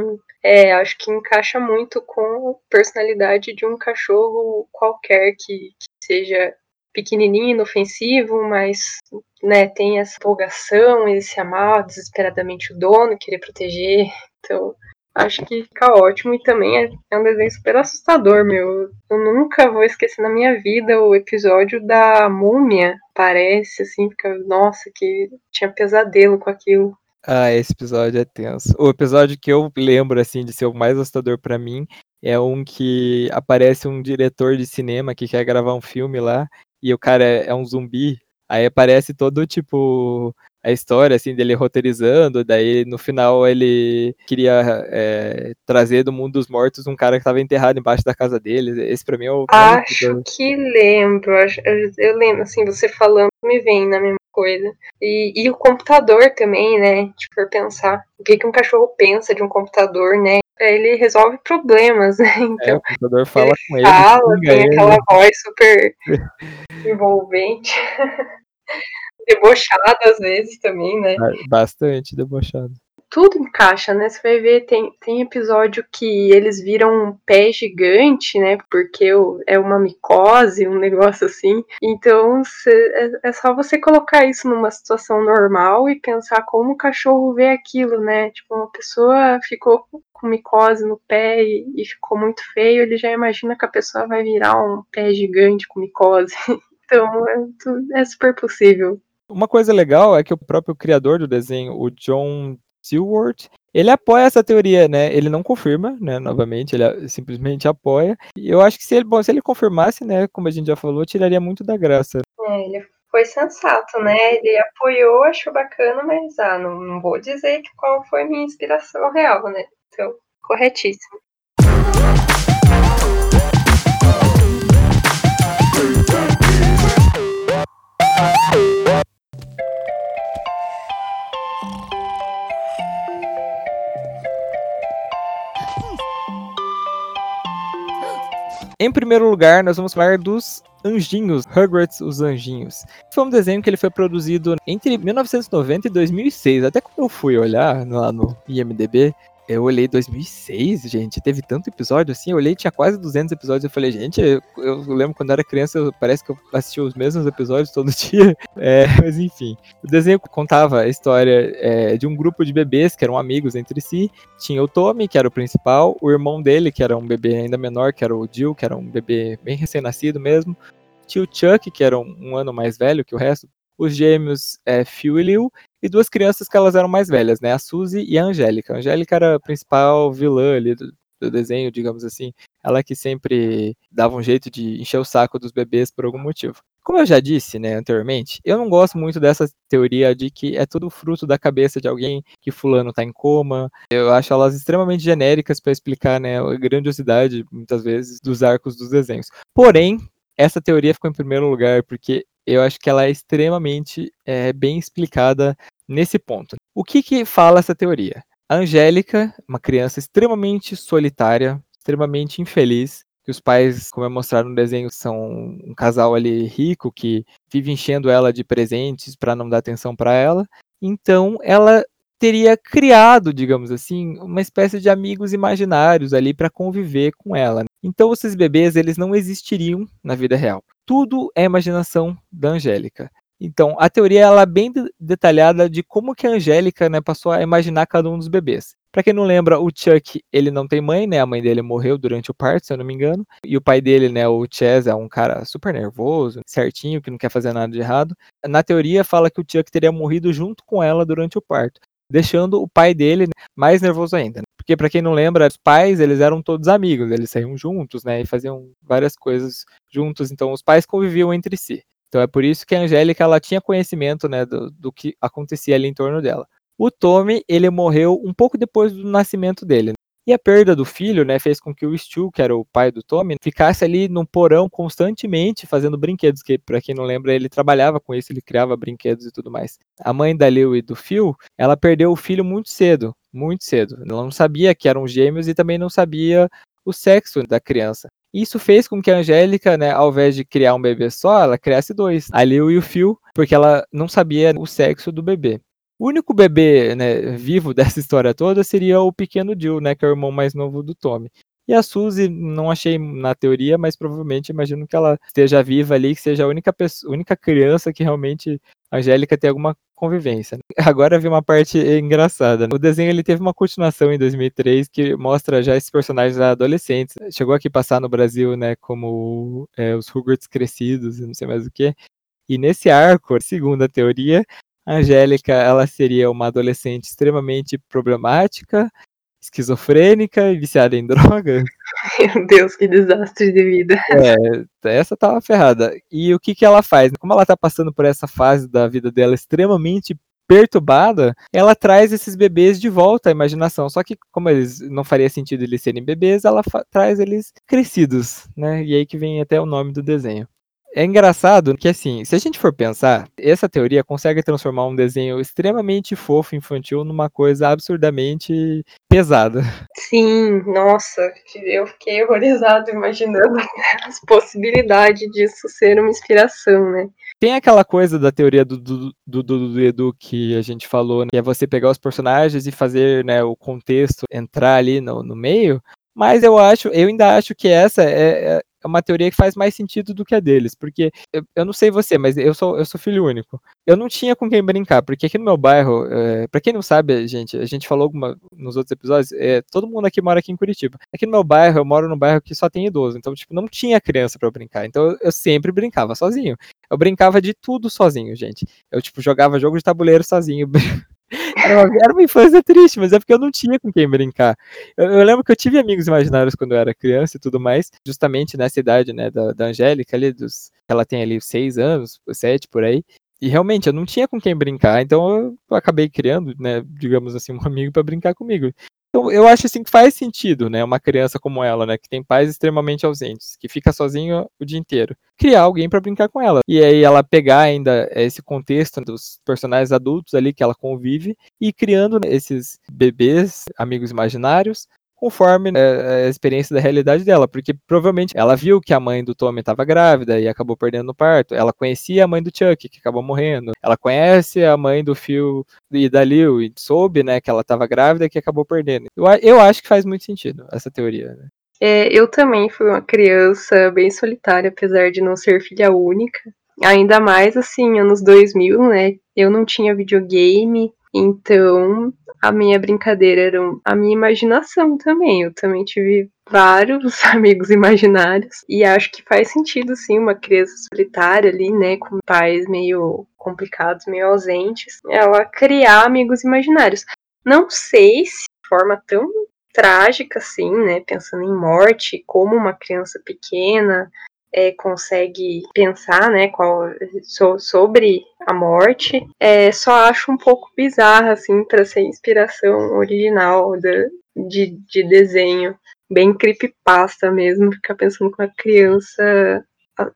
Acho que encaixa muito com a personalidade de um cachorro qualquer que seja pequenininho, inofensivo, mas, né, tem essa empolgação, esse amar desesperadamente o dono, querer proteger. Então, acho que fica ótimo. E também é um desenho super assustador, meu. Eu nunca vou esquecer na minha vida o episódio da múmia. Parece, assim, fica, nossa, que tinha pesadelo com aquilo. Ah, esse episódio é tenso. O episódio que eu lembro, assim, de ser o mais assustador pra mim é um que aparece um diretor de cinema que quer gravar um filme lá e o cara é um zumbi. Aí aparece todo, tipo, a história, assim, dele roteirizando. Daí, no final, ele queria trazer do mundo dos mortos um cara que tava enterrado embaixo da casa dele. Esse pra mim é o mais Acho assustador. que lembro. Eu lembro, assim, você falando, me vem na mesma coisa. E o computador também, né? Tipo, por pensar. O que um cachorro pensa de um computador, né? Ele resolve problemas, né? É, Então, o computador ele fala com ele, fala, xinga tem aquela ele. voz super envolvente, debochada às vezes também, né? Bastante debochado. Tudo encaixa, né? Você vai ver, tem episódio que eles viram um pé gigante, né? Porque é uma micose, um negócio assim. Então é só você colocar isso numa situação normal e pensar como o cachorro vê aquilo, né? Tipo, uma pessoa ficou com micose no pé e ficou muito feio, ele já imagina que a pessoa vai virar um pé gigante com micose. Então é super possível. Uma coisa legal é que o próprio criador do desenho, o John Stewart, ele apoia essa teoria, né? Ele não confirma, né? Novamente, ele simplesmente apoia. E eu acho que se ele confirmasse, né? Como a gente já falou, tiraria muito da graça. Ele foi sensato, né? Ele apoiou, achou bacana, mas não vou dizer qual foi a minha inspiração real, né? Então, corretíssimo. Em primeiro lugar, nós vamos falar dos Anjinhos, Rugrats, os Anjinhos. Foi um desenho que ele foi produzido entre 1990 e 2006. Até quando eu fui olhar lá no IMDb, eu olhei 2006, gente, teve tanto episódio assim, eu olhei, tinha quase 200 episódios, eu falei, gente, eu lembro quando eu era criança, parece que eu assistia os mesmos episódios todo dia, mas enfim. O desenho contava a história de um grupo de bebês que eram amigos entre si, tinha o Tommy, que era o principal, o irmão dele, que era um bebê ainda menor, que era o Jill, que era um bebê bem recém-nascido mesmo, tinha o Chuck, que era um ano mais velho que o resto, os gêmeos Phil e Lil, e duas crianças que elas eram mais velhas, né? A Suzy e a Angélica. A Angélica era a principal vilã ali do desenho, digamos assim. Ela que sempre dava um jeito de encher o saco dos bebês por algum motivo. Como eu já disse, né, anteriormente, eu não gosto muito dessa teoria de que é tudo fruto da cabeça de alguém, que fulano tá em coma. Eu acho elas extremamente genéricas para explicar, né, a grandiosidade, muitas vezes, dos arcos dos desenhos. Porém, essa teoria ficou em primeiro lugar porque eu acho que ela é extremamente bem explicada nesse ponto. O que fala essa teoria? A Angélica, uma criança extremamente solitária, extremamente infeliz, que os pais, como é mostrado no desenho, são um casal ali rico que vive enchendo ela de presentes para não dar atenção para ela. Então, ela teria criado, digamos assim, uma espécie de amigos imaginários ali para conviver com ela. Então, esses bebês, eles não existiriam na vida real. Tudo é imaginação da Angélica. Então, a teoria ela é bem detalhada de como que a Angélica, né, passou a imaginar cada um dos bebês. Para quem não lembra, o Chuck, ele não tem mãe, né? A mãe dele morreu durante o parto, se eu não me engano. E o pai dele, né, o Chaz, é um cara super nervoso, certinho, que não quer fazer nada de errado. Na teoria, fala que o Chuck teria morrido junto com ela durante o parto, deixando o pai dele, né, mais nervoso ainda. Porque, para quem não lembra, os pais, eles eram todos amigos, eles saíam juntos, né, e faziam várias coisas juntos. Então, os pais conviviam entre si. Então é por isso que a Angélica ela tinha conhecimento, né, do que acontecia ali em torno dela. O Tommy, ele morreu um pouco depois do nascimento dele. E a perda do filho, né, fez com que o Stu, que era o pai do Tommy, ficasse ali no porão constantemente fazendo brinquedos, que para quem não lembra, ele trabalhava com isso, ele criava brinquedos e tudo mais. A mãe da Lil e do Phil, ela perdeu o filho muito cedo, muito cedo. Ela não sabia que eram gêmeos e também não sabia o sexo da criança. Isso fez com que a Angélica, né, ao invés de criar um bebê só, ela criasse dois, a Lil e o Phil, porque ela não sabia o sexo do bebê. O único bebê, né, vivo dessa história toda seria o pequeno Jill, né, que é o irmão mais novo do Tommy. E a Suzy, não achei na teoria, mas provavelmente imagino que ela esteja viva ali, que seja a única criança que realmente a Angélica tem alguma convivência. Agora vem uma parte engraçada. O desenho ele teve uma continuação em 2003 que mostra já esses personagens adolescentes. Chegou aqui passar no Brasil, né, como os Rugrats crescidos e não sei mais o que. E nesse arco, segundo a teoria, a Angélica ela seria uma adolescente extremamente problemática, esquizofrênica e viciada em drogas. Meu Deus, que desastre de vida. Essa tava ferrada. E o que que ela faz? Como ela tá passando por essa fase da vida dela extremamente perturbada, ela traz esses bebês de volta à imaginação. Só que, como eles não faria sentido eles serem bebês, ela traz eles crescidos, né? E aí que vem até o nome do desenho. É engraçado que, assim, se a gente for pensar, essa teoria consegue transformar um desenho extremamente fofo, infantil, numa coisa absurdamente pesada. Sim, nossa, eu fiquei horrorizado imaginando as possibilidades disso ser uma inspiração, né? Tem aquela coisa da teoria do Edu que a gente falou, né, que é você pegar os personagens e fazer, né, o contexto entrar ali no meio, mas eu ainda acho que essa é uma teoria que faz mais sentido do que a deles, porque eu não sei você, mas eu sou filho único. Eu não tinha com quem brincar, porque aqui no meu bairro, pra quem não sabe, a gente falou nos outros episódios, todo mundo aqui mora aqui em Curitiba. Aqui no meu bairro, eu moro num bairro que só tem idoso, então, tipo, não tinha criança pra eu brincar, então eu sempre brincava sozinho. Eu brincava de tudo sozinho, gente. Eu, tipo, jogava jogo de tabuleiro sozinho. Era uma infância triste, mas é porque eu não tinha com quem brincar. Eu lembro que eu tive amigos imaginários quando eu era criança e tudo mais, justamente nessa idade, né, da Angélica ali, ela tem ali 6 anos, 7 por aí. E realmente eu não tinha com quem brincar, então eu acabei criando, né, digamos assim, um amigo para brincar comigo. Então, eu acho assim que faz sentido, né, uma criança como ela, né, que tem pais extremamente ausentes, que fica sozinha o dia inteiro, criar alguém para brincar com ela. E aí ela pegar ainda esse contexto dos personagens adultos ali que ela convive e criando, né, esses bebês, amigos imaginários, conforme, né, a experiência da realidade dela, porque provavelmente ela viu que a mãe do Tommy estava grávida e acabou perdendo no parto, ela conhecia a mãe do Chuck, que acabou morrendo, ela conhece a mãe do Phil e da Lil, e soube, né, que ela estava grávida e que acabou perdendo. Eu acho que faz muito sentido essa teoria, né? Eu também fui uma criança bem solitária, apesar de não ser filha única. Ainda mais, assim, anos 2000, né? Eu não tinha videogame, então a minha brincadeira era a minha imaginação também. Eu também tive vários amigos imaginários e acho que faz sentido, sim, uma criança solitária ali, né, com pais meio complicados, meio ausentes, ela criar amigos imaginários. Não sei se de forma tão trágica, assim, né, pensando em morte, como uma criança pequena consegue pensar, né, sobre a morte, só acho um pouco bizarra, assim, para ser inspiração original de desenho, bem creepypasta mesmo, ficar pensando com a criança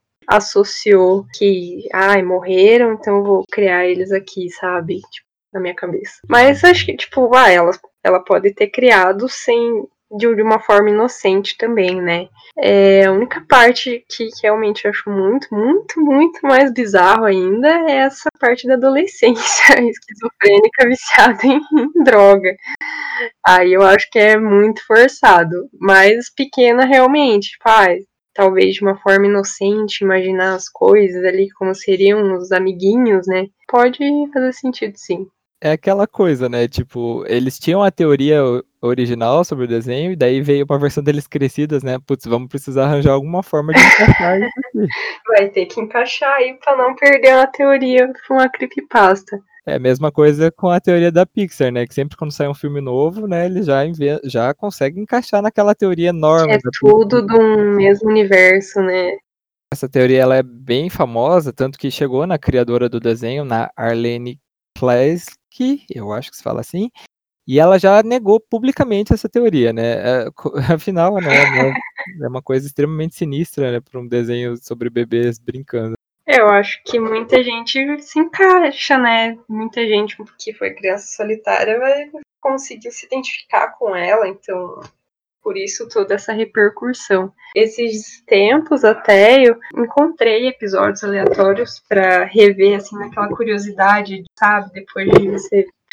associou que, morreram, então eu vou criar eles aqui, sabe, tipo, na minha cabeça. Mas acho que, tipo, ela pode ter criado de uma forma inocente também, né? A única parte que realmente eu acho muito, muito, muito mais bizarro ainda é essa parte da adolescência esquizofrênica viciada em droga. Aí eu acho que é muito forçado. Mas pequena realmente, talvez de uma forma inocente, imaginar as coisas ali como seriam os amiguinhos, né? Pode fazer sentido, sim. É aquela coisa, né? Tipo, eles tinham a teoria original sobre o desenho, e daí veio uma versão deles crescidas, né? Putz, vamos precisar arranjar alguma forma de encaixar isso aqui. Vai ter que encaixar aí pra não perder a teoria pra uma creepypasta. É a mesma coisa com a teoria da Pixar, né? Que sempre quando sai um filme novo, né, eles já conseguem encaixar naquela teoria Que enorme é da tudo Pixar. de um mesmo universo, né? Essa teoria ela é bem famosa, tanto que chegou na criadora do desenho, na Arlene Klasky, eu acho que se fala assim, e ela já negou publicamente essa teoria, né? Afinal, né, é uma coisa extremamente sinistra, né, para um desenho sobre bebês brincando. Eu acho que muita gente se encaixa, né? Muita gente que foi criança solitária vai conseguir se identificar com ela, então por isso toda essa repercussão. Esses tempos até eu encontrei episódios aleatórios para rever assim naquela curiosidade, sabe, depois de você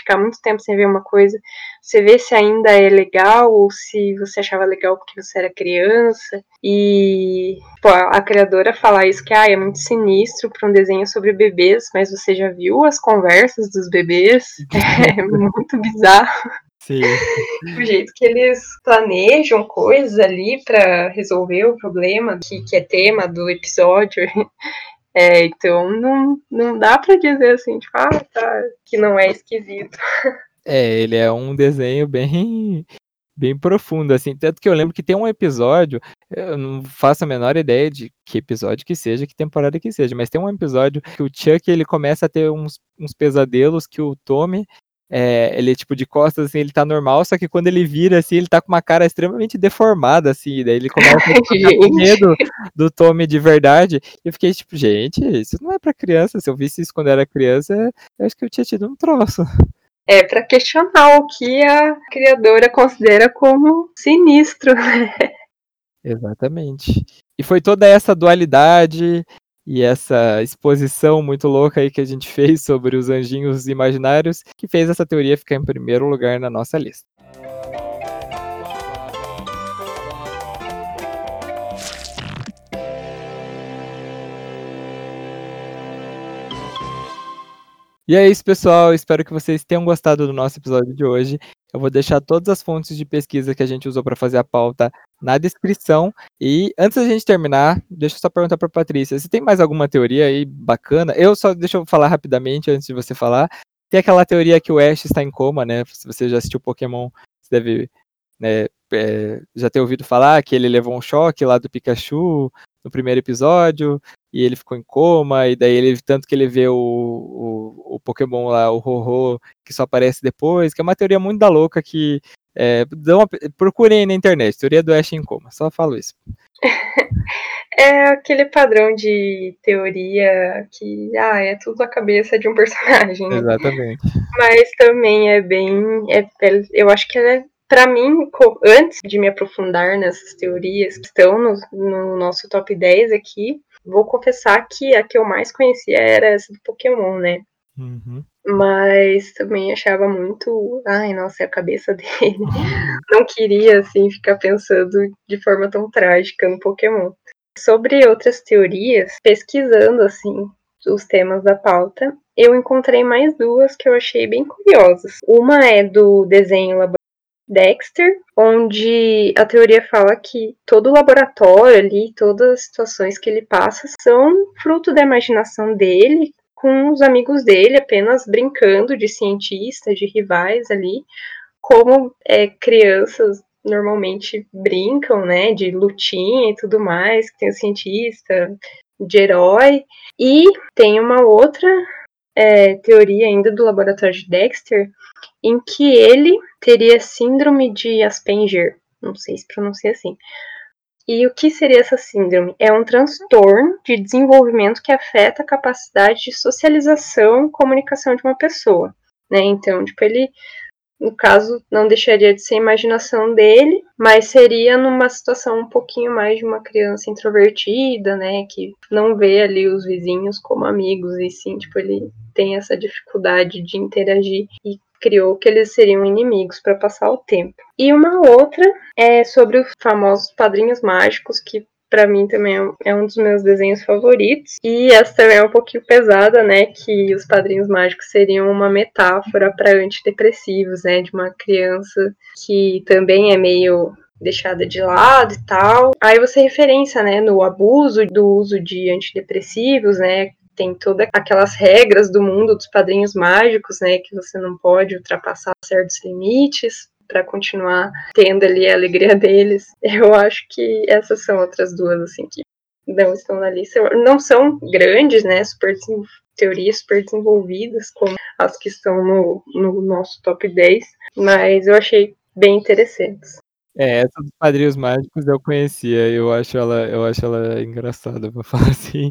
ficar muito tempo sem ver uma coisa, você vê se ainda é legal ou se você achava legal porque você era criança. E pô, a criadora falar isso que é muito sinistro para um desenho sobre bebês, mas você já viu as conversas dos bebês? É muito bizarro. Sim. O jeito que eles planejam coisas ali para resolver o problema que é tema do episódio. Então não dá pra dizer assim, tipo, tá, que não é esquisito. Ele é um desenho bem profundo, assim. Tanto que eu lembro que tem um episódio, eu não faço a menor ideia de que episódio que seja, que temporada que seja, mas tem um episódio que o Chuck, ele começa a ter uns pesadelos que o Tommy, ele tipo de costas, assim, ele tá normal, só que quando ele vira, assim, ele tá com uma cara extremamente deformada, assim, daí ele começa a ficar com medo do Tommy de verdade. E eu fiquei tipo, gente, isso não é pra criança, se eu visse isso quando era criança, eu acho que eu tinha tido um troço. É para questionar o que a criadora considera como sinistro. Exatamente. E foi toda essa dualidade e essa exposição muito louca aí que a gente fez sobre os anjinhos imaginários que fez essa teoria ficar em primeiro lugar na nossa lista. E é isso, pessoal. Espero que vocês tenham gostado do nosso episódio de hoje. Eu vou deixar todas as fontes de pesquisa que a gente usou para fazer a pauta na descrição. E antes da gente terminar, deixa eu só perguntar para Patrícia, se tem mais alguma teoria aí bacana? Deixa eu falar rapidamente antes de você falar. Tem aquela teoria que o Ash está em coma, né? Se você já assistiu Pokémon, você deve, né, já ter ouvido falar que ele levou um choque lá do Pikachu no primeiro episódio, e ele ficou em coma, e daí tanto que ele vê o Pokémon lá, o Ho-Oh, que só aparece depois, que é uma teoria muito da louca que procurem aí na internet, teoria do Ash em coma, só falo isso. É aquele padrão de teoria que é tudo a cabeça de um personagem. Exatamente. Mas também é bem. Eu acho que para mim, antes de me aprofundar nessas teorias que estão no nosso top 10 aqui, vou confessar que a que eu mais conhecia era essa do Pokémon, né? Uhum. Mas também achava muito. Ai, nossa, é a cabeça dele. Não queria, assim, ficar pensando de forma tão trágica no Pokémon. Sobre outras teorias, pesquisando, assim, os temas da pauta, eu encontrei mais duas que eu achei bem curiosas. Uma é do desenho Dexter, onde a teoria fala que todo o laboratório ali, todas as situações que ele passa são fruto da imaginação dele, com os amigos dele apenas brincando de cientista, de rivais ali, como crianças normalmente brincam, né, de lutinha e tudo mais, que tem o cientista, de herói. E tem uma outra teoria ainda do laboratório de Dexter, em que ele teria síndrome de Asperger, não sei se pronuncia assim. E o que seria essa síndrome? É um transtorno de desenvolvimento que afeta a capacidade de socialização e comunicação de uma pessoa, né? Então, tipo, ele, no caso, não deixaria de ser a imaginação dele, mas seria numa situação um pouquinho mais de uma criança introvertida, né, que não vê ali os vizinhos como amigos, e sim, tipo, ele tem essa dificuldade de interagir e criou que eles seriam inimigos para passar o tempo. E uma outra é sobre os famosos padrinhos mágicos, que para mim também é um dos meus desenhos favoritos. E essa também é um pouquinho pesada, né? Que os padrinhos mágicos seriam uma metáfora para antidepressivos, né? De uma criança que também é meio deixada de lado e tal. Aí você referência, né, no abuso do uso de antidepressivos, né? Tem todas aquelas regras do mundo dos padrinhos mágicos, né? Que você não pode ultrapassar certos limites para continuar tendo ali a alegria deles. Eu acho que essas são outras duas, assim, que não estão na lista. Não são grandes, né? Teorias super desenvolvidas, como as que estão no nosso top 10, mas eu achei bem interessantes. Essa dos Padrinhos Mágicos eu conhecia, eu acho ela engraçada, vou falar assim.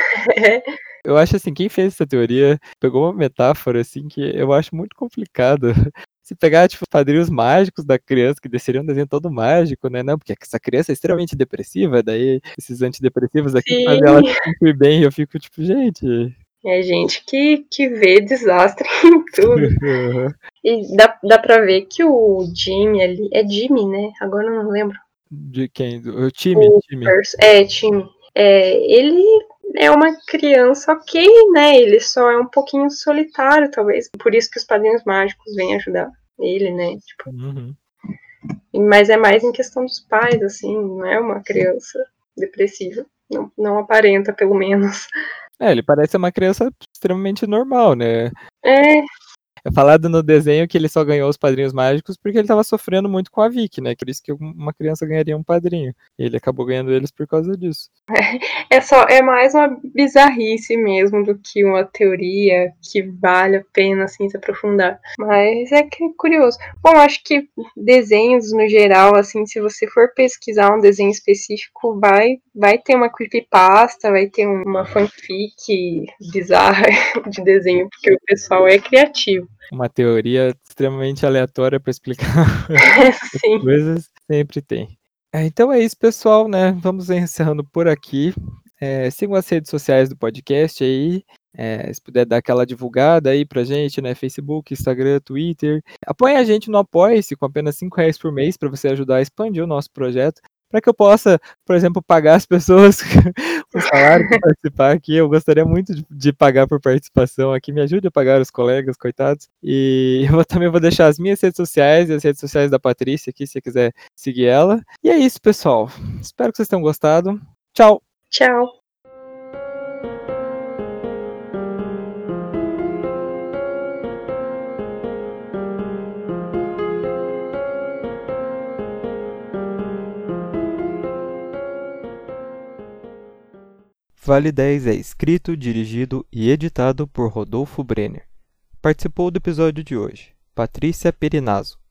Eu acho assim, quem fez essa teoria pegou uma metáfora assim que eu acho muito complicado. Se pegar, tipo, os padrinhos mágicos da criança, que seria um desenho todo mágico, né? Não, porque essa criança é extremamente depressiva, daí esses antidepressivos aqui fazem ela se sentir bem, e eu fico tipo, gente, É gente que vê desastre em tudo. E dá pra ver que o Jimmy ali. É Jimmy, né? Agora eu não lembro. De quem? O time? Time. Ele é uma criança ok, né? Ele só é um pouquinho solitário, talvez. Por isso que os Padrinhos Mágicos vêm ajudar ele, né? Tipo, mas é mais em questão dos pais, assim. Não é uma criança depressiva. Não aparenta, pelo menos. Ele parece uma criança extremamente normal, né? É. É falado no desenho que ele só ganhou os Padrinhos Mágicos porque ele tava sofrendo muito com a Vicky, né? Por isso que uma criança ganharia um padrinho. E ele acabou ganhando eles por causa disso. É mais uma bizarrice mesmo do que uma teoria que vale a pena assim se aprofundar. Mas é que é curioso. Bom, acho que desenhos no geral, assim, se você for pesquisar um desenho específico, vai ter uma creepypasta, vai ter uma fanfic bizarra de desenho, porque o pessoal é criativo. Uma teoria extremamente aleatória para explicar Sim. coisas, sempre tem. Então é isso, pessoal, né? Vamos encerrando por aqui. Sigam as redes sociais do podcast aí. Se puder dar aquela divulgada aí pra gente, né? Facebook, Instagram, Twitter. Apoie a gente no Apoia-se com apenas R$5 por mês para você ajudar a expandir o nosso projeto. Para que eu possa, por exemplo, pagar as pessoas o salário para participar aqui. Eu gostaria muito de pagar por participação aqui. Me ajude a pagar os colegas, coitados. E eu também vou deixar as minhas redes sociais e as redes sociais da Patrícia aqui, se você quiser seguir ela. E é isso, pessoal. Espero que vocês tenham gostado. Tchau! Tchau! Vale 10 é escrito, dirigido e editado por Rodolfo Brenner. Participou do episódio de hoje Patrícia Perinazzo.